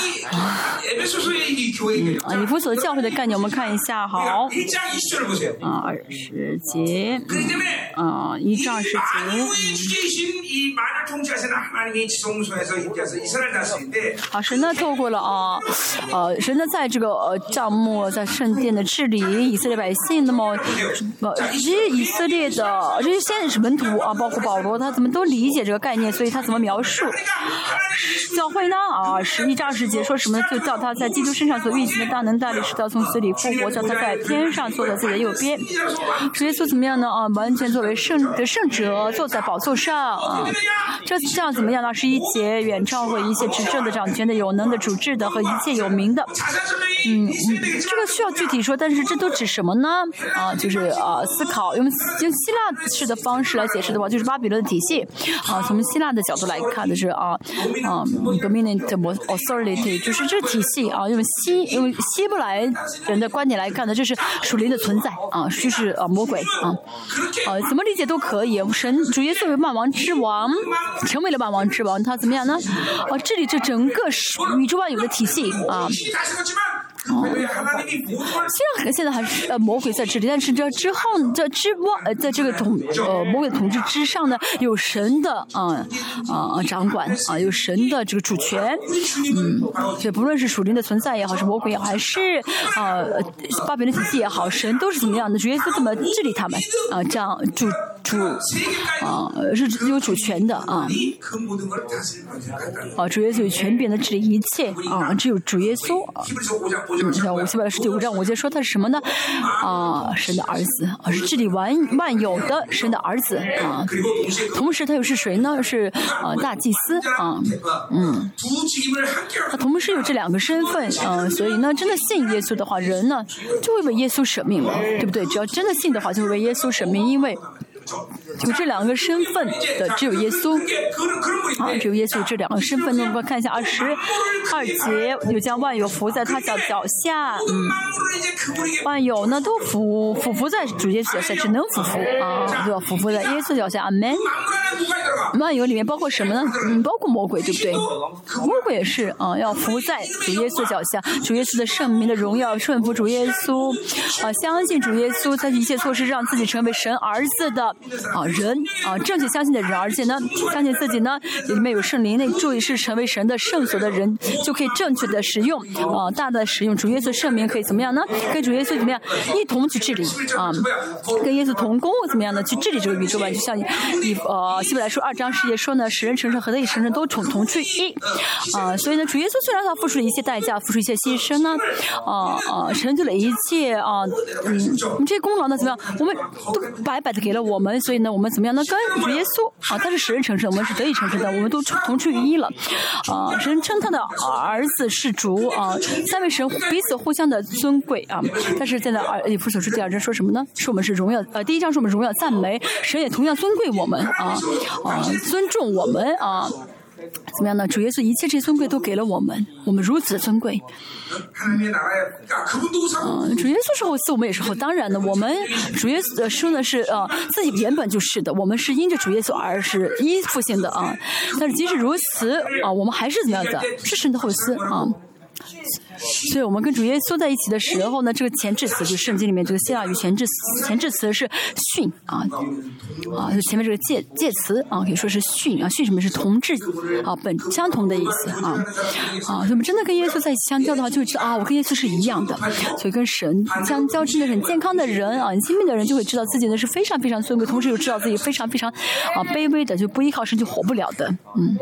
啊，以弗所教会的概念，我们看一下，好。啊，二十节，啊。 一章二十节。好，神呢透过了啊，呃，神呢在这个呃帐幕在圣殿的治理以色列百姓，那么呃这些以色列的这些先知门徒啊，包括保罗，他怎么都理解这个概念，所以他怎么描述教会呢？啊，十一章二十节说什么呢？就叫他在基督身上所运行的大能大力，使他从死里复活，叫他在天上坐在自己的右边。主耶稣怎么样呢？啊，完全作为圣。 的圣者坐在宝座上啊，这这样怎么样呢？二十一节，远超过一切执政的、掌权的、有能的、主治的和一切有名的。嗯嗯，这个需要具体说，但是这都指什么呢？啊，就是啊，思考用用希腊式的方式来解释的话，就是巴比伦的体系啊。从希腊的角度来看的是啊啊 ，dominant authority， 就是这体系啊。用希用希伯来人的观点来看呢，这是属灵的存在啊，就是啊魔鬼啊啊，怎么理解都。 可以，神主耶稣为万王之王，成为了万王之王，他怎么样呢？啊，治理这整个宇宙万有的体系啊。哦，虽然现在还是呃魔鬼在治理，但是这之后这之外呃在这个统呃魔鬼的统治之上呢，有神的啊啊、呃、掌管啊，有神的这个主权，嗯，所以不论是属灵的存在也好，是魔鬼也好，还是啊、呃、巴比伦体系也好，神都是怎么样的？主耶稣怎么治理他们啊？这样主主啊是有主权的啊啊，主耶稣有权柄的治理一切啊，只有主耶稣啊。 嗯，像我希伯来书第五章五节说他是什么呢？啊，神的儿子啊，是治理万万有的神的儿子啊。同时他又是谁呢？是啊大祭司啊，嗯，他同时有这两个身份啊，所以呢，真的信耶稣的话，人呢就会为耶稣舍命了，对不对？只要真的信的话，就会为耶稣舍命，因为。 有这两个身份的只有耶稣啊，只有耶稣这两个身份。那我们看一下二十二节，又将万有伏在他脚脚下，嗯，万有呢都伏伏伏在主耶稣脚下，只能伏伏啊，对吧？伏伏在耶稣脚下，阿门。万有里面包括什么呢？嗯，包括魔鬼，对不对？魔鬼也是啊，要伏在主耶稣脚下，主耶稣的圣名的荣耀，顺服主耶稣啊，相信主耶稣，采取一切措施让自己成为神儿子的。 啊，人啊，正确相信的人，而且呢，相信自己呢里面有圣灵，那注意是成为神的圣所的人，就可以正确的使用啊，大大的使用主耶稣圣名，可以怎么样呢？跟主耶稣怎么样一同去治理啊？跟耶稣同工怎么样呢？去治理这个宇宙吧，就像以呃希伯来书二章十节说呢，使人成圣和得以成圣都同同去一啊，所以呢，主耶稣虽然他付出了一切代价，付出一切牺牲呢，啊啊，成就了一切啊，嗯，这些功劳呢怎么样？我们都白白的给了我们。 所以呢，我们怎么样呢？跟主耶稣啊，他是使人成圣，我们是得以成圣的，我们都同出于一了。啊，神称他的儿子是主啊，三位神彼此互相的尊贵啊。但是现在以弗所书第二章说什么呢？说我们是荣耀，呃，第一章说我们荣耀赞美，神也同样尊贵我们啊啊，尊重我们啊。 怎么样呢？主耶稣一切这些尊贵都给了我们，我们如此的尊贵。嗯，主耶稣是后嗣，我们也是后。当然呢，我们主耶稣的书呢是啊、呃，自己原本就是的，我们是因着主耶稣而是依附性的啊。但是即使如此啊，我们还是怎么样的？是神的后嗣啊。 所以我们跟主耶稣在一起的时候呢，这个前置词就是圣经里面这个希腊语前置前置词是训啊啊，就前面这个介介词啊，可以说是训啊，训什么是同质啊，本相同的意思啊啊，所以我们真的跟耶稣在一起相交的话，就会知道啊，我跟耶稣是一样的。所以跟神相交真的很健康的人啊，很亲密的人就会知道自己呢是非常非常尊贵，同时又知道自己非常非常啊卑微的，就不依靠神就活不了的，嗯。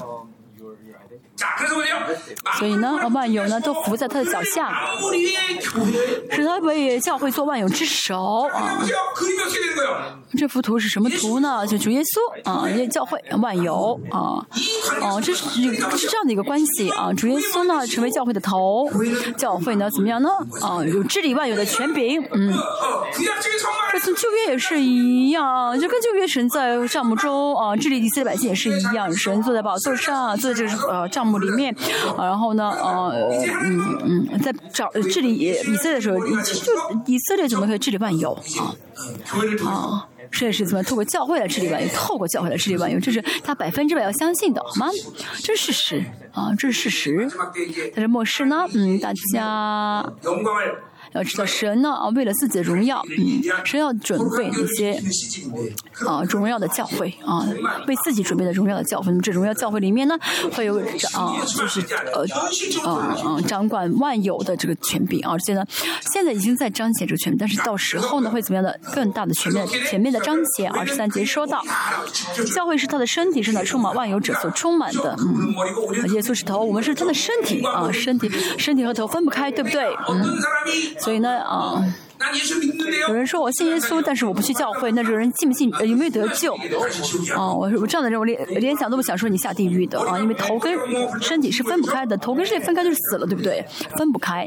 所以呢，万有呢都伏在他的脚下，使他为教会做万有之首啊。这幅图是什么图呢？就主耶稣啊，教会万有啊，哦、啊，这是是这样的一个关系啊。主耶稣呢成为教会的头，教会呢怎么样呢？啊，有治理万有的权柄，嗯。这次旧约也是一样，就跟旧约神在帐幕中啊治理以色列百姓也是一样，神坐在宝座上，坐在这个呃帐幕里面，啊、然后呢呃嗯嗯在找治理以色列的时候，就以色列怎么可以治理万有啊啊？这是怎么透过教会来治理万有，透过教会来治理万有，这是他百分之百要相信的，好吗？这是事实啊，这是事实。但是末世呢，嗯，大家要知道神呢啊，为了自己的荣耀，嗯，神要准备那些啊荣耀的教会啊，为自己准备的荣耀的教会。那么这荣耀教会里面呢，会有啊，就是呃呃呃掌管万有的这个权柄啊，这些呢现在已经在彰显这个权柄，但是到时候呢会怎么样的更大的全面全面的彰显。二十三节说到，教会是他的身体，是那充满万有者所充满的。嗯，耶稣是头，我们是他的身体啊，身体身体和头分不开，对不对？嗯。所以呢，啊、呃，有人说我信耶稣，但是我不去教会，那这个人信不信、呃、有没有得救？啊、呃，我我这样的人，我连连想都不想说你下地狱的啊，因为头跟身体是分不开的，头跟身体分开就是死了，对不对？分不开。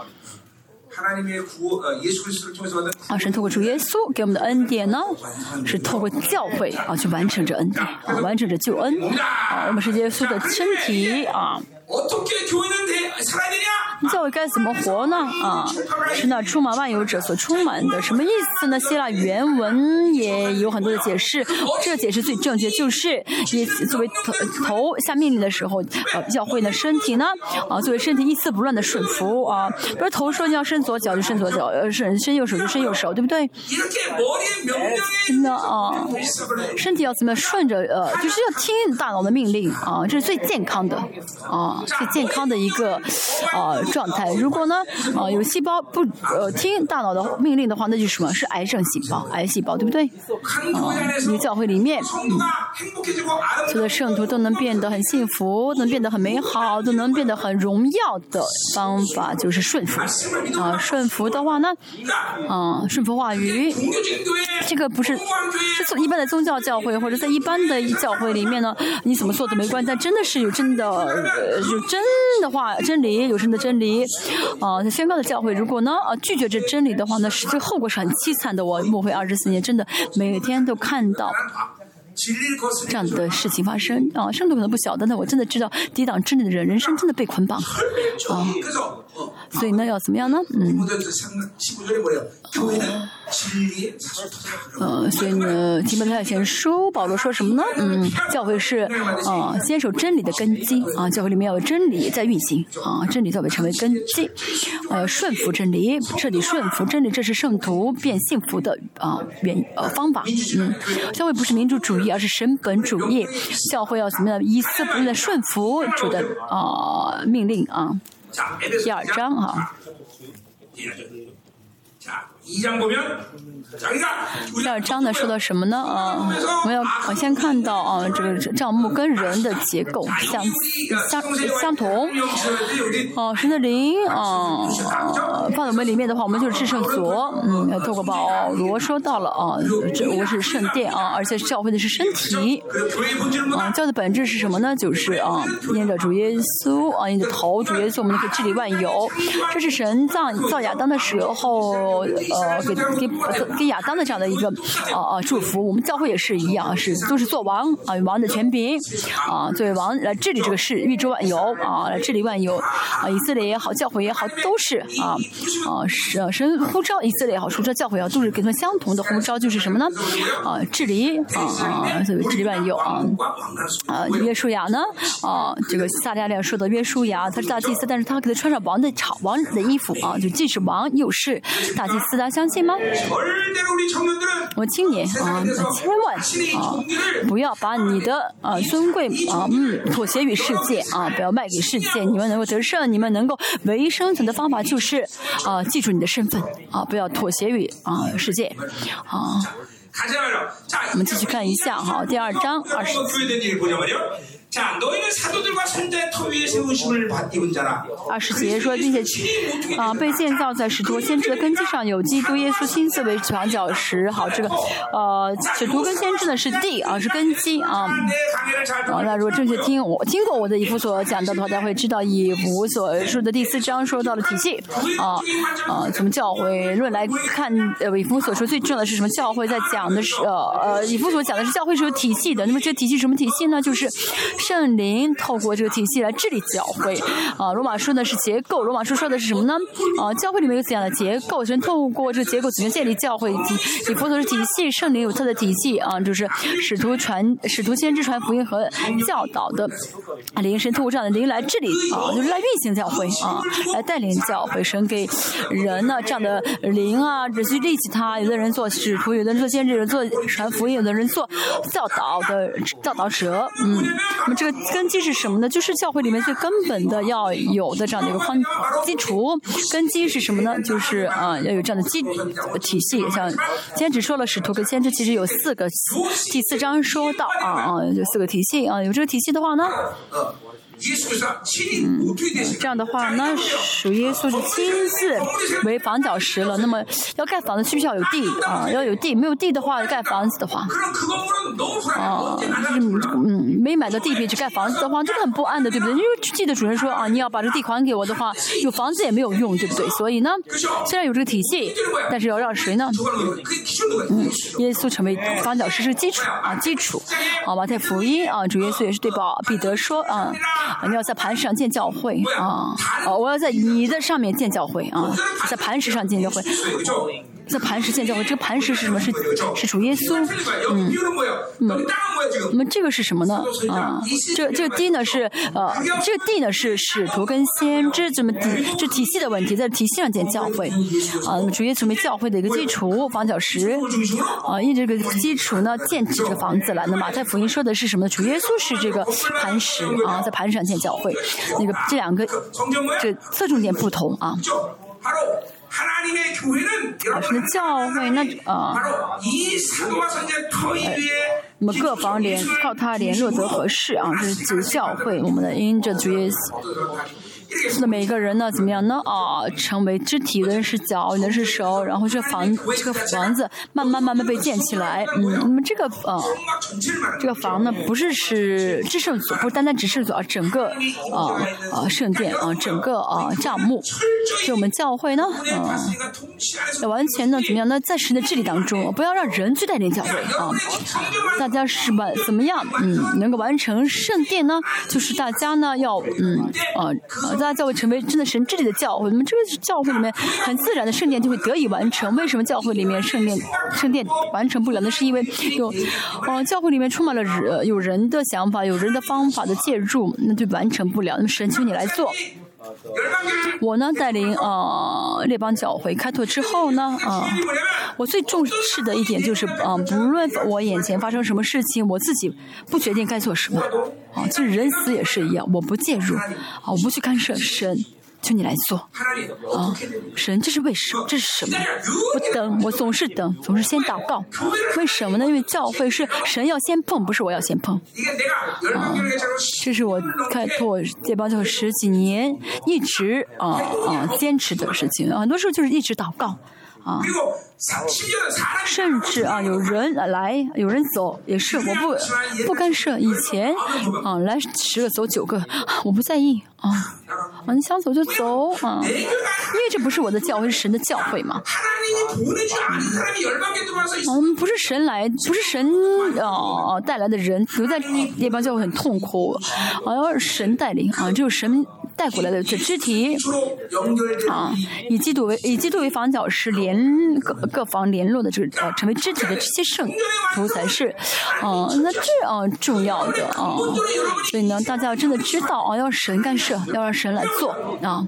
啊，神透过主耶稣给我们的恩典呢，是透过教会啊去完成这恩典啊，完成这救恩啊，我们是耶稣的身体啊。教会该怎么活呢？啊，是那充满万有者所充满的，什么意思呢？希腊原文也有很多的解释，这个解释最正确，就是也作为头头下命令的时候，呃，教会呢身体呢，啊，作为身体一丝不乱的顺服啊，比如头说你要伸左脚就伸左脚，呃，伸伸右手就伸右手，对不对？那啊，身体要怎么顺着呃，就是要听大脑的命令啊，这是最健康的啊，最健康的一个啊。状态，如果呢，呃，有细胞不呃听大脑的命令的话，那就是什么？是癌症细胞、癌细胞，对不对？啊、呃，一个教会里面，嗯，所有的圣徒都能变得很幸福，能变得很美好，都能变得很荣耀的方法就是顺服。啊、呃，顺服的话呢，啊、呃，顺服话语，这个不是是从一般的宗教教会或者在一般的教会里面呢，你怎么做都没关系，但真的是有真的呃，有真的话真理，有真的真理。啊，在宣告的教会，如果呢啊拒绝这真理的话呢，是这个后果是很凄惨的。我牧会二十四年，真的每天都看到这样的事情发生啊，圣徒可能不晓得，但我真的知道抵挡真理的人，人生真的被捆绑啊。所以呢，要怎么样呢？嗯。呃，所以呢，提摩太前书保罗说什么呢？嗯，教会是啊、呃，坚守真理的根基啊，教会里面要有真理在运行啊，真理才会成为根基，呃，顺服真理，彻底顺服真理，这是圣徒变幸福的啊原呃方法。嗯，教会不是民主主义，而是神本主义。教会要怎么样一丝不乱的顺服主的啊、呃、命令啊。第二章啊。第二章呢说到什么呢？啊，我们要我先看到啊，这个帐幕跟人的结构相相相同。哦、啊，神的灵啊，放在我们里面的话，我们就是至圣所。嗯，透过保罗说到了啊，这我是圣殿啊，而且教会的是身体。啊，教的本质是什么呢？就是啊，因着主耶稣啊，因着头主耶稣，我们可以治理万有。这是神造造亚当的时候。 呃给给给亚当的这样的一个呃呃祝福，我们教会也是一样，是都是做王啊，有王的权柄啊，作为王来治理这个世宇宙万有啊，来治理万有啊，以色列也好，教会也好，都是啊啊是神呼召以色列也好，呼召教会也好，都是给他们相同的呼召，就是什么呢？啊，治理啊啊，所谓治理万有啊啊，约书亚呢啊，这个撒迦利亚说的约书亚，他是大祭司，但是他给他穿上王的朝王的衣服啊，就既是王又是大祭司，大家相信吗？我青年啊，千万啊，不要把你的啊尊贵啊嗯妥协于世界啊，不要卖给世界。你们能够得胜，你们能够唯一生存的方法就是啊，记住你的身份啊，不要妥协于啊世界啊。我们继续看一下哈，第二章二十。二十节说，并且啊、呃、被建造在使徒先知的根基上，有基督耶稣亲自为房角石。好，这个呃使徒跟先知呢是地啊，是根基啊。啊，那如果正确听我听过我的以弗所讲到的话，大家会知道以弗所书的第四章说到了体系啊啊，怎么教会论来看呃以弗所书最重要的是什么？教会在讲的是呃呃以弗所讲的是教会是有体系的。那么这个体系什么体系呢？就是圣灵透过这个体系来治理教会啊。罗马书呢是结构，罗马书说的是什么呢？啊，教会里面有怎样的结构？神透过这个结构怎么建立教会？以弗所是体系，圣灵有它的体系啊，就是使徒传、使徒先知传福音和教导的灵，神透过这样的灵来治理啊，就是来运行教会啊，来带领教会。神给人呢这样的灵啊，只去立起他。有的人做使徒，有的人做先知，有人做传福音，有的人做教导的教导者。嗯，那么这个根基是什么呢？就是教会里面最根本的要有的这样的一个框基础。根基是什么呢？就是啊、呃，要有这样的基体系。像今天只说了使徒跟先知，其实有四个，第四章说到啊啊，有四个体系啊。有这个体系的话呢，嗯，这样的话呢，属耶稣是亲自为房角石了。那么要盖房子，需不需要有地啊？要有地，没有地的话，盖房子的话，啊，就是嗯，没买到地皮去盖房子的话，这个很不安的，对不对？因为记得主人说啊，你要把这地还给我的话，有房子也没有用，对不对？所以呢，虽然有这个体系，但是要让谁呢？嗯，耶稣成为房角石是基础啊，基础。啊，马太福音啊，主耶稣也是对保彼得说啊。你要在磐石上建教会啊！哦，我要在你的上面建教会啊，在磐石上建教会，在磐石建教会。这个磐石是什么？是是主耶稣。嗯嗯，那么这个是什么呢？啊，这这个地呢是呃，这个地呢是使徒跟先知这么体这体系的问题，在体系上建教会啊。那么主耶稣成为教会的一个基础房角石啊，因这个基础呢建起这个房子来。那马太福音说的是什么？主耶稣是这个磐石啊，在磐石上建教会。那个这两个这侧重点不同啊。啊，什么教会那啊？哎，那么各方联靠他联络得合适啊，这是指教会。我们的因着主耶稣。那每一个人呢，怎么样呢？啊，成为肢体，有的人是脚，有的人是手，然后这房这个房子慢慢慢慢被建起来。嗯，那么这个呃，这个房呢，不是是至圣所，不单单只是所，而整个啊啊圣殿啊，整个啊帐幕。所以我们教会呢，啊，要完全呢怎么样呢？在神的治理当中，不要让人去带领教会啊。大家是吧？怎么样？嗯，能够完成圣殿呢？就是大家呢要嗯啊。呃大家教会成为真的神治理的教会，那么这个教会里面很自然的圣殿就会得以完成。为什么教会里面圣殿圣殿完成不了呢？是因为有呃教会里面充满了人有人的想法，有人的方法的介入，那就完成不了。那么神求你来做。我呢带领呃列邦教会开拓之后呢，啊、呃，我最重视的一点就是啊、呃，不论我眼前发生什么事情，我自己不决定该做什么啊，其实人死也是一样，我不介入啊，我不去干涉神。求你来做啊！神，这是为什么？这是什么？我等，我总是等，总是先祷告。为什么呢？因为教会是神要先碰，不是我要先碰。啊，这是我开拓这帮教会十几年一直啊啊坚持的事情。很多时候就是一直祷告。啊，甚至啊，有人来，有人走，也是我不不干涉。以前啊，来十个走九个，我不在意啊啊，你想走就走啊，因为这不是我的教会，是神的教会嘛。 我们不是神来，不是神呃带来的人留在列邦教会很痛苦，而神带领啊，只有神带过来的这肢体啊，以基督为以基督为房角石，连各各房联络的这个呃成为肢体的这些圣徒才是啊、呃，那这啊、呃、重要的啊，所以呢，大家要真的知道啊，要神干涉，要让神来做啊。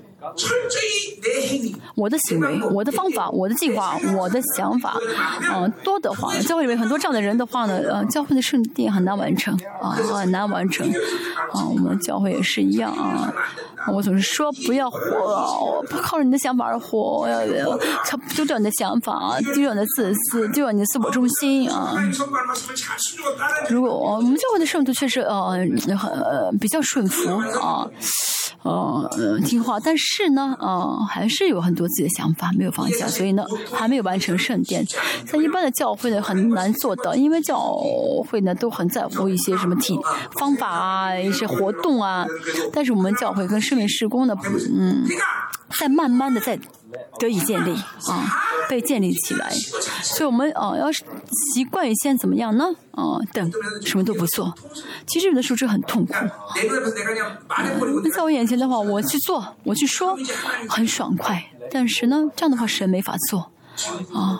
我的行为、我的方法、我的计划、我的想法，嗯、呃，多的话，教会里面很多这样的人的话呢，呃，教会的圣殿很难完成啊，很难完成啊。我们教会也是一样啊。我总是说不要活，不靠着你的想法而活，要靠丢掉你的想法，丢掉你的自私，丢掉你的自我中心啊。如果我们教会的圣徒确实呃很呃比较顺服啊。呃，听话，但是呢，呃，还是有很多自己的想法没有放下，所以呢，还没有完成圣殿。在一般的教会呢，很难做到，因为教会呢都很在乎一些什么体方法啊，一些活动啊。但是我们教会跟圣灵事工呢，嗯，在慢慢的在得以建立啊，被建立起来。所以我们啊、呃，要是习惯于先怎么样呢？啊、呃，等什么都不做，其实有的时候这很痛苦。嗯、在我眼前的话，我去做，我去说，很爽快。但是呢，这样的话神没法做啊。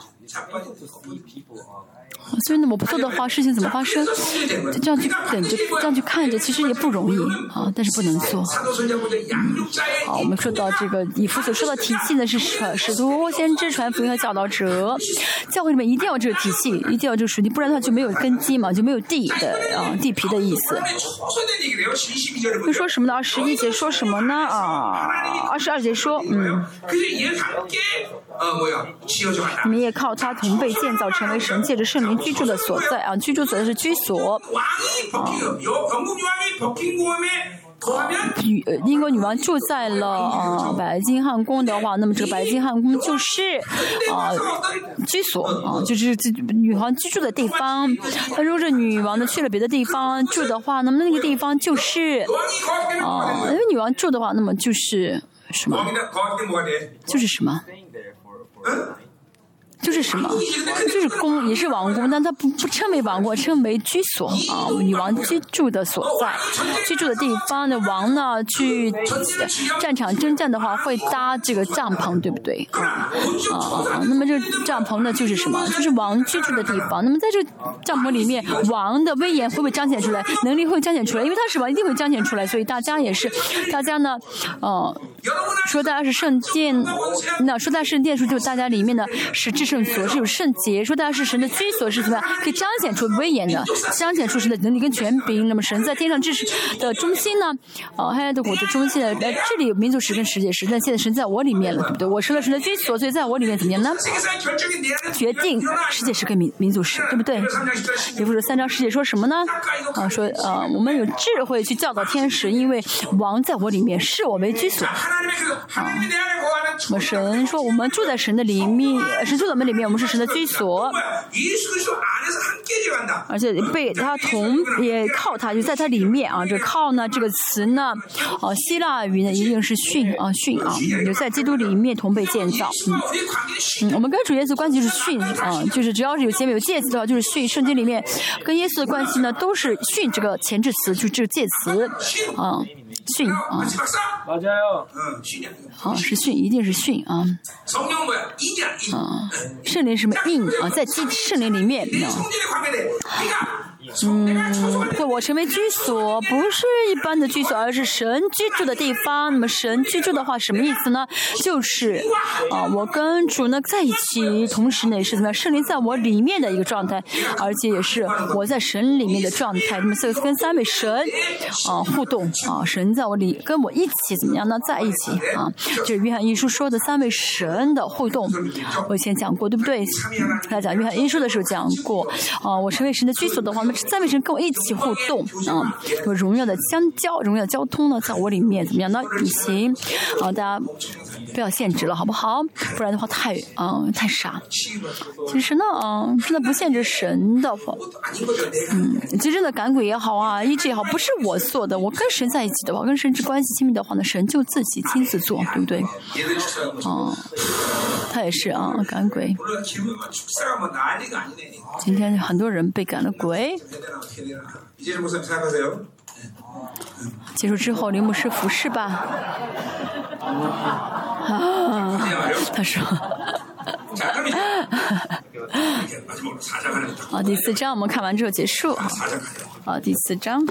所以呢，我不做的话，事情怎么发生？就这样去等着，这样去看着，其实也不容易啊。但是不能做。嗯、好，我们说到这个以弗所说到体系呢，是使徒、先知、传福音和教导者。教会里面一定要这个体系，一定要这个属地，不然的话就没有根基嘛，就没有地的啊地皮的意思。会说什么呢？二十一节说什么呢？啊，二十二节说，嗯。你们也靠他同被建造成为神借着圣灵居住的所在啊，居住所在是居所。啊女英国女王住在了啊、呃、白金汉宫的话，那么这个白金汉宫就是啊、呃、居所啊，就是女王居住的地方。那如果这女王呢去了别的地方住的话，那么那个地方就是啊、呃，因为女王住的话，那么就是什么？就是什么？就是什么？就是宫，也是王宫，但它不不称为王宫，称为居所啊，女王居住的所在，居住的地方的王呢，去战场征战的话，会搭这个帐篷，对不对？啊啊，那么这帐篷呢，就是什么？就是王居住的地方。那么在这个帐篷里面，王的威严会不会彰显出来？能力会彰显出来，因为他是王，一定会彰显出来。所以大家也是，大家呢，呃，说大家是圣殿，那说大家圣殿，说就大家里面呢是至圣所，是有圣洁。说大家是神的居所，是怎么样？可以彰显出威严的，彰显出神的能力跟权柄。那么神在天上治世的中心呢？啊，黑暗的国的中心的，呃，这里有民族史跟世界史，但现在神在我里面了，对不对？我成了神的居所，所以在我里面怎么样呢？决定世界史跟民民族史，对不对？也不是三章世界说什么呢？啊，说呃，我们有智慧去教导天使，因为王在我里面，视我为居所。啊，那么神说我们住在神的里面，神住在我们里面，我们是神的居所，而且被他同也靠他，就在他里面啊。这靠呢这个词呢，啊，希腊语呢一定是训啊训啊，就在基督里面同被建造。嗯嗯，我们跟主耶稣关系是训啊，就是只要是有前面有介词的话，就是训。圣经里面跟耶稣的关系呢，都是训这个前置词，就这个介词啊，训啊。好，是训，一定是训啊。啊，圣灵什么印啊，在基圣灵里面啊。嗯，对，我成为居所，不是一般的居所，而是神居住的地方。那么神居住的话，什么意思呢？就是啊，我跟主呢在一起，同时呢也是怎么样，圣灵在我里面的一个状态，而且也是我在神里面的状态。那么这个跟三位神啊互动啊，神在我里跟我一起怎么样呢？在一起啊，就是约翰一书说的三位神的互动。我以前讲过，对不对？大家讲约翰一书的时候讲过啊，我成为神的居所的话，那么三位神跟我一起互动啊，有荣耀的相交，荣耀的交通呢，在我里面怎么样呢？运行啊，大家不要限制了，好不好？不然的话太嗯太傻。其实呢，嗯，真的不限制神的话，嗯，其实真的赶鬼也好啊，医治也好，不是我做的，我跟神在一起的话，跟神之关系亲密的话呢，神就自己亲自做，对不对？啊、嗯，他也是啊，赶鬼。今天很多人被赶了鬼。结束之后，林牧师服侍吧。啊，他说。好，第四章我们看完之后结束。好，第四章。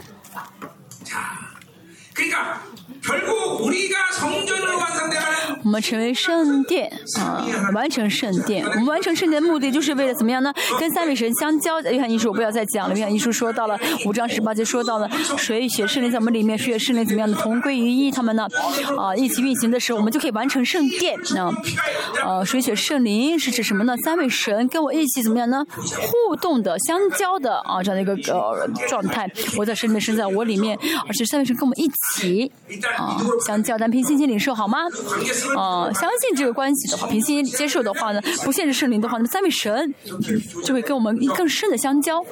我们成为圣殿啊、呃，完成圣殿。我们完成圣殿的目的就是为了怎么样呢？跟三位神相交。约翰一书我不要再讲了，约翰一书说到了五章十八节，说到了水与血圣灵在我们里面，水与圣灵怎么样的同归于一，他们呢啊、呃、一起运行的时候，我们就可以完成圣殿啊。呃，水血圣灵是指什么呢？三位神跟我一起怎么样呢？互动的、相交的啊这样的一个呃状态。我在神里面，神在我里面，而且三位神跟我们一起。啊，相交，但凭信心领受好吗？啊，相信这个关系的话，凭信心接受的话呢，不限制圣灵的话，那么三位神就会跟我们更深的相交。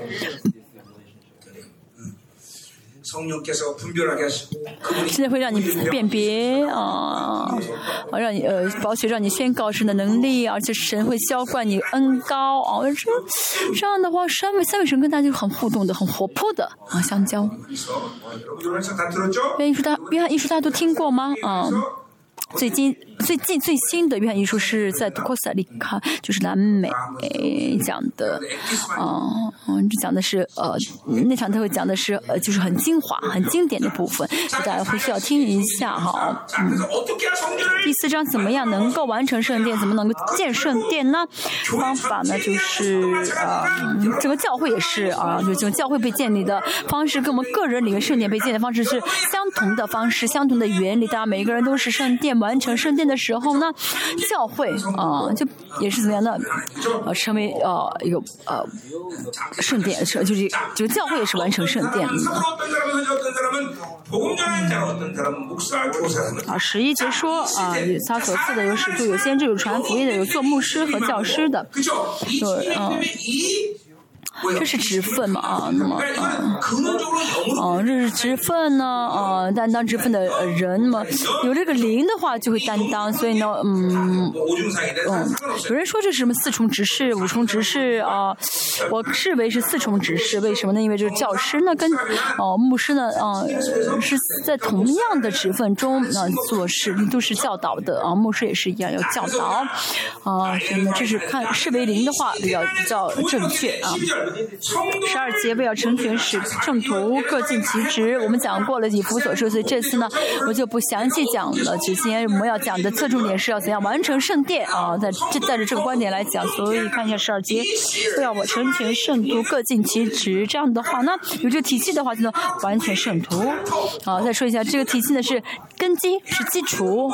现在会让你辨别啊，啊，让你呃，宝血让你宣告神的能力，而且神会浇灌你恩膏啊，这这样的话，三位三位神跟大家就很互动的、很活泼的啊相交。约翰一书大约翰一书大家都听过吗？啊。最近最近最新的约翰一书是在科萨利卡，就是南美讲的，嗯嗯，这讲的是呃那场他会讲的是呃就是很精华、很经典的部分，大家会需要听一下哈。嗯，第四章怎么样能够完成圣殿？怎么能够建圣殿呢？方法呢就是呃整个教会也是啊、呃，就整个教会被建立的方式跟我们个人里面圣殿被建立的方式是相同的方式、相同的原理，大家每一个人都是圣殿。完成圣殿的时候呢，教会啊、呃、就也是怎么样的，呃，成为呃一个呃圣殿，是就是就教会也是完成圣殿的。啊，十一节说啊，他所赐的有使徒、有先知、有传福音的、有做牧师和教师的，对，嗯。这是职分嘛啊，那么啊，啊，这是职分呢啊，担当职分的人嘛，有这个灵的话就会担当，所以呢，嗯嗯，有人说这是什么四重执事、五重执事啊，我视为是四重执事，为什么呢？因为这个教师呢跟哦、啊、牧师呢啊是在同样的职分中啊做事，都是教导的啊，牧师也是一样要教导啊，所以呢，这是看视为灵的话比较比较正确啊。十二节为了成全使圣徒各尽其职，我们讲过了以弗所书，所以这次呢我就不详细讲了。今天我们要讲的侧重点是要怎样完成圣殿啊，在这带着这个观点来讲，所以看一下十二节，为了我成全圣徒各尽其职，这样的话呢，有这个体系的话就能完全圣徒。好，再说一下这个体系呢是根基，是基础。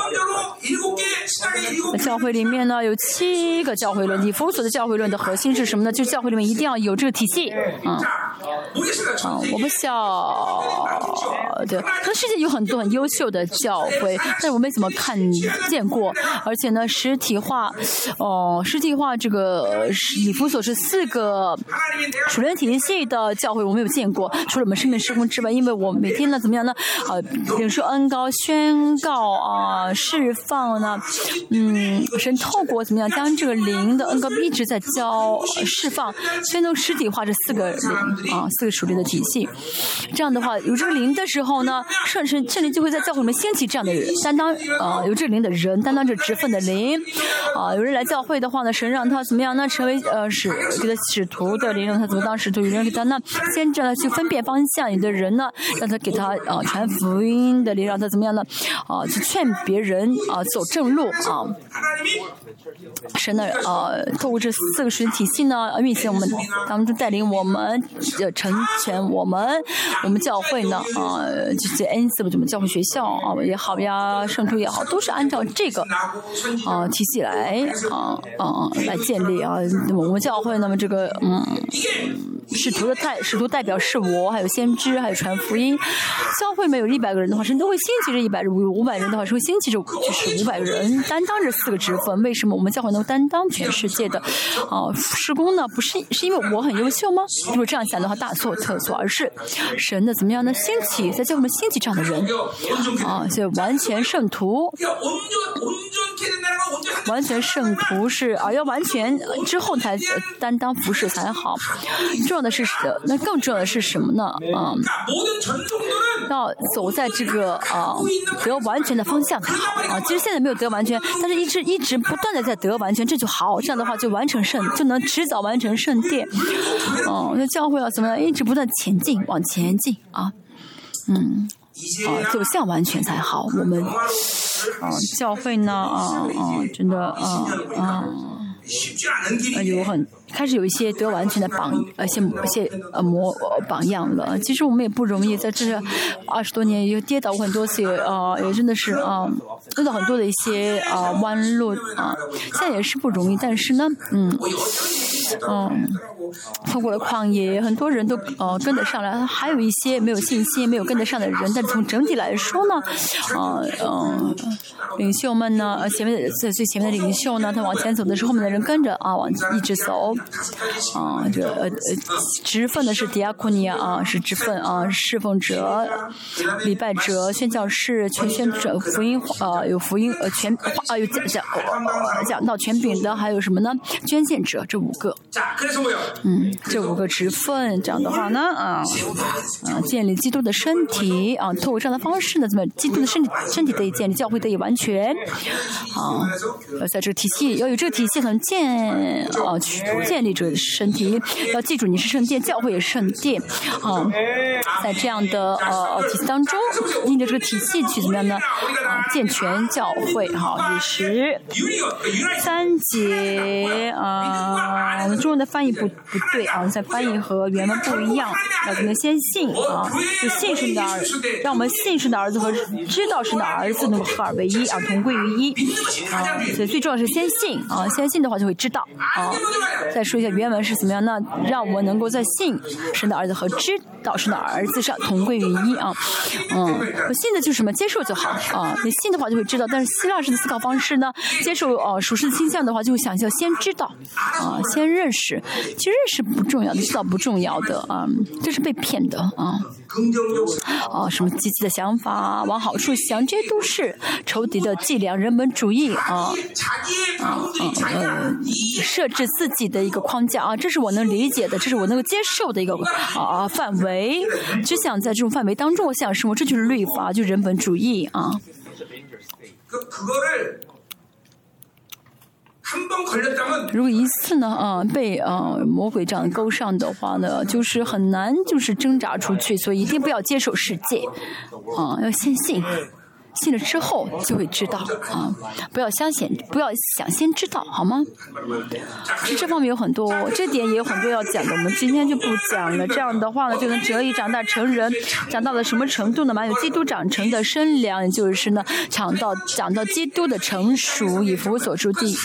教会里面呢有七个教会论，以弗所的教会论的核心是什么呢？就是教会里面一定要有这个体系，嗯，啊，我不晓得，可能世界有很多很优秀的教会，但是我没怎么看见过，而且呢，实体化，哦，实体化这个以弗所是四个属灵体系的教会，我没有见过，除了我们生命事工之外，因为我每天呢怎么样呢？啊，比如说恩膏宣告啊，释放呢，嗯，神透过怎么样将这个灵的恩膏一直在教释放，所以呢。实体化这四个灵啊，四个属灵的体系，这样的话，有这个灵的时候呢，圣神圣灵就会在教会里面兴起这样的人，担当啊、呃，有这个灵的人担当这职分的灵啊、呃，有人来教会的话呢，神让他怎么样呢？成为呃使给他使徒的灵，让他怎么当使徒？有人给他呢，先让他去分辨方向；有的人呢，让他给他啊、呃、传福音的灵，让他怎么样呢？啊、呃，去劝别人啊、呃、走正路啊。神呢，呃，透过这四个属灵体系呢，运行我们。他们就带领我们呃成全我们。我们教会呢，啊、呃，这些恩赐，我们教会学校啊也好呀，圣徒也好，都是按照这个啊、呃、体系来啊啊、呃、来建立啊。我们教会那么这个嗯。使徒的代使徒代表是我，还有先知，还有传福音。教会没有一百个人的话，神都会兴起这一百人；五百人的话，是会兴起这就是五百个人担当这四个职分。为什么我们教会能担当全世界的啊、呃、施工呢？不是是因为我很优秀吗？如果这样想的话，大错特错，而是神的怎么样呢？兴起在教会里面兴起这样的人啊，所以完全圣徒。完全圣徒是啊，要完全之后才担当服侍才好。重要的是，那更重要的是什么呢？啊、嗯，要走在这个啊得完全的方向才好啊。其实现在没有得完全，但是一直一直不断的在得完全，这就好。这样的话就完成圣，就能迟早完成圣殿。哦、嗯，那教会要怎么样？一直不断前进，往前进啊。嗯。啊，走向完全才好。我们啊，教会呢，啊啊，真的啊啊，呃，有很开始有一些得完全的榜，呃，些一些呃模榜样了。其实我们也不容易，在这二十多年也跌倒过很多次，也啊，也真的是啊，遇到很多的一些啊弯路啊，现在也是不容易。但是呢，嗯嗯。透过了旷野，很多人都呃跟得上来，还有一些没有信心、没有跟得上的人。但是从整体来说呢，呃呃，领袖们呢，呃前面的最最前面的领袖呢，他往前走的时候，后面的人跟着啊，往一直走。啊、呃，这呃呃职分的是迪亚库尼啊，是职分啊，侍奉者、礼拜者、宣教士、全宣者、福音呃有福音呃全啊有讲讲呃讲到权柄的，还有什么呢？捐献者这五个。嗯，这五个职分，这样的话呢，啊，啊，建立基督的身体啊，透过这样的方式呢，怎么基督的身体身体得以建立，教会得以完全，啊，要在这个体系，要有这个体系很建啊，建立这个身体，要记住你是圣殿，教会也是圣殿，啊，在这样的呃体系当中，印着这个体系去怎么样呢？啊，健全教会，好，第十三节啊，中文的翻译不。不对啊，在翻译和原文不一样，要怎么先信啊？就信神的儿，让我们信神的儿子和知道神的儿子能够合二为一啊，同归于一啊。所以最重要是先信啊，先信的话就会知道啊。再说一下原文是怎么样，那让我们能够在信神的儿子和知道神的儿子上同归于一啊。嗯，我信的就是什么？接受就好啊。你信的话就会知道，但是希腊式的思考方式呢，接受啊属实的倾向的话，就会想要先知道啊，先认识。其实认识不重要的，知道不重要的啊，这是被骗的啊。啊，什么积极的想法，往好处想，这些都是仇敌的伎俩，人本主义啊啊啊呃，设置自己的一个框架啊，这是我能理解的，这是我能够接受的一个啊范围。只想在这种范围当中，我想生活，这就是律法，就是人本主义啊。如果一次呢，啊、呃，被啊、呃、魔鬼这样勾上的话呢，就是很难，就是挣扎出去，所以一定不要接受世界，啊、呃，要先信。信了之后就会知道啊，不要相信，不要想先知道，好吗？其实这方面有很多，这点也有很多要讲的，我们今天就不讲了。这样的话呢，就能得以长大成人，长到了什么程度呢？满有基督长成的身量，也就是呢，长到长到基督的成熟，以弗所书第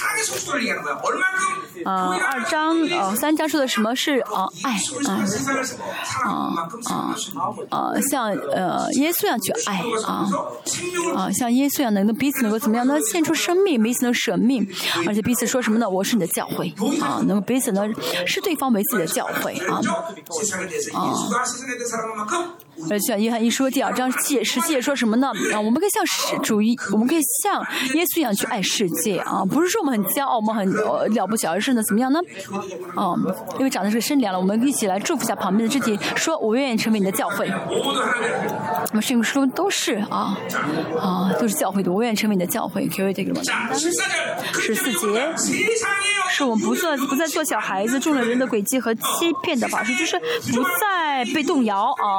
啊、呃、二章呃三章说的什么是啊、呃、爱啊啊啊啊像呃耶稣一样去爱啊。啊，像耶稣一样能够彼此能够怎么样呢？献出生命，彼此能舍命，而且彼此说什么呢？我是你的教会啊，能够彼此呢视对方为自己的教会啊啊。而且约翰一书第二章七十节说什么呢？啊，我们可以像世主义，我们可以像耶稣一样去爱世界啊，不是说我们很骄傲，我们很、呃、了不起，而是呢怎么样呢？啊，因为长得是个身量了，我们一起来祝福一下旁边的肢体，说我愿意成为你的教会。我们圣经书都是啊。啊，都是教会的，我愿意成为你的教会。可以这个吗？十四节，是我们不做不再做小孩子，中了人的诡计和欺骗的法术，就是不再被动摇啊。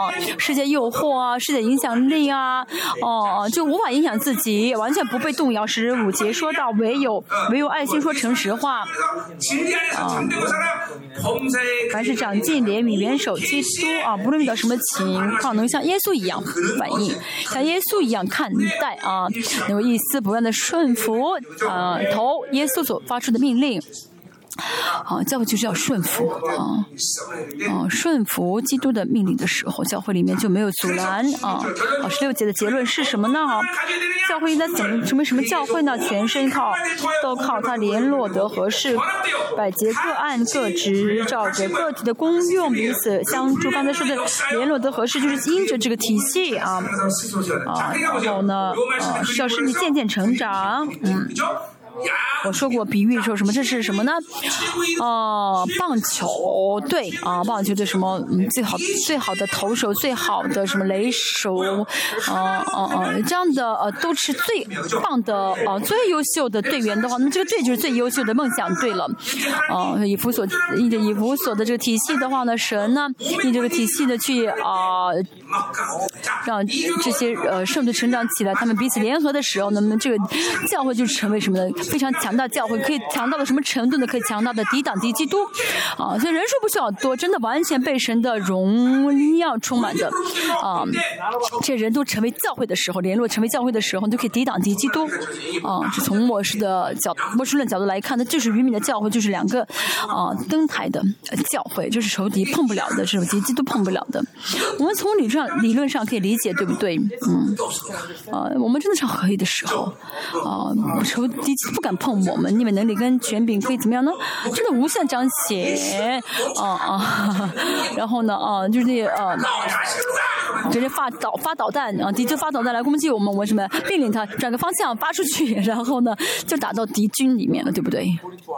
世界诱惑啊，世界影响力啊，哦、呃，就无法影响自己，完全不被动摇。十五节说到，唯有唯有爱心说诚实话，啊、呃，凡是长进怜悯元首基督啊，不论遇到什么情况，能像耶稣一样反应，像耶稣一样看待啊，能够一丝不乱的顺服啊，投耶稣所发出的命令。啊，教会就是要顺服啊，啊，顺服基督的命令的时候，教会里面就没有阻拦啊。啊，十六节的结论是什么呢？哈，教会应该怎么成为什么教会呢？全身靠都靠它联络得合适，百节各按各职，照着个体的功用彼此相助。刚才说的联络得合适，就是因着这个体系啊啊，然后呢，啊，需要使你渐渐成长，嗯。我说过比喻说什么？这是什么呢？呃，棒球队啊，棒球队什么？嗯，最好最好的投手，最好的什么垒手，呃呃呃，这样的呃都是最棒的呃最优秀的队员的话，那么这个队就是最优秀的梦想队了。呃，以弗所依着以弗所的这个体系的话呢，神呢依这个体系的去啊、呃，让这些呃圣队成长起来，他们彼此联合的时候，那么这个教会就成为什么呢？非常强大教会，可以强大到什么程度呢？可以强大的抵挡敌基督啊！所以人数不需要多，真的完全被神的荣耀充满的啊！这人都成为教会的时候，联络成为教会的时候，都可以抵挡敌基督啊！是从末世的角末世论角度来看，它就是愚民的教会，就是两个啊登台的教会，就是仇敌碰不了的，是敌基督碰不了的。我们从理论上理论上可以理解，对不对？嗯啊，我们真的是合一的时候啊，仇敌不敢碰我们，因为能力跟权柄可以怎么样呢？真的无限彰显，啊啊，然后呢，啊，就是那呃，直接发导发导弹啊，敌就发导弹来攻击我们，我什么命令他转个方向发出去，然后呢就打到敌军里面了，对不对？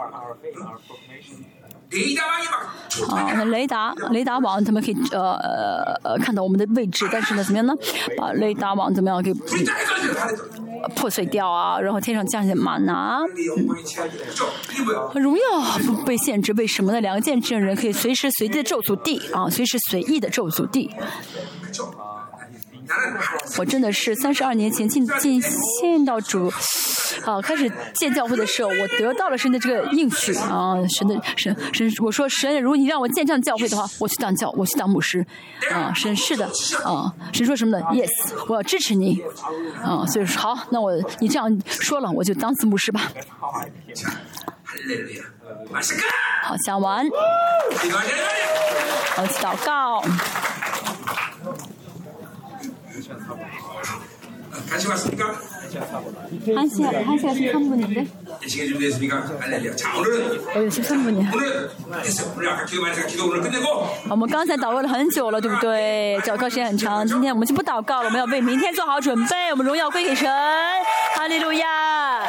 啊，那雷达雷达网他们可以呃呃看到我们的位置，但是呢怎么样呢？把雷达网怎么样给、嗯、破碎掉啊？然后天上降下玛拿，嗯，荣耀不被限制，为什么呢？两个见证人可以随时随地的咒诅地啊，随时随意的咒诅地。我真的是三十二年前进进献到主啊，开始建教会的时候，我得到了神的这个应许啊，神的神神，我说神，如果你让我建这样教会的话，我去当教，我去当牧师啊，神是的啊，神说什么呢 ？Yes， 我要支持你啊，所以说好，那我你这样说了，我就当次牧师吧。好，讲完，好，一起祷告。 같이 왔습니까? 한 시간, 한 시간 십삼 분인데? 예식이 준비됐습니까? 할렐루야. 자, 오늘은 오늘 십삼 분이야. 오늘 됐어. 오늘 아까 기도 많이 해서 기도 오늘 끝내고. 我们刚才祷告了很久了，对不对？祷告时间很长，今天我们就不祷告了，我们要为明天做好准备。我们荣耀归给神，哈利路亚。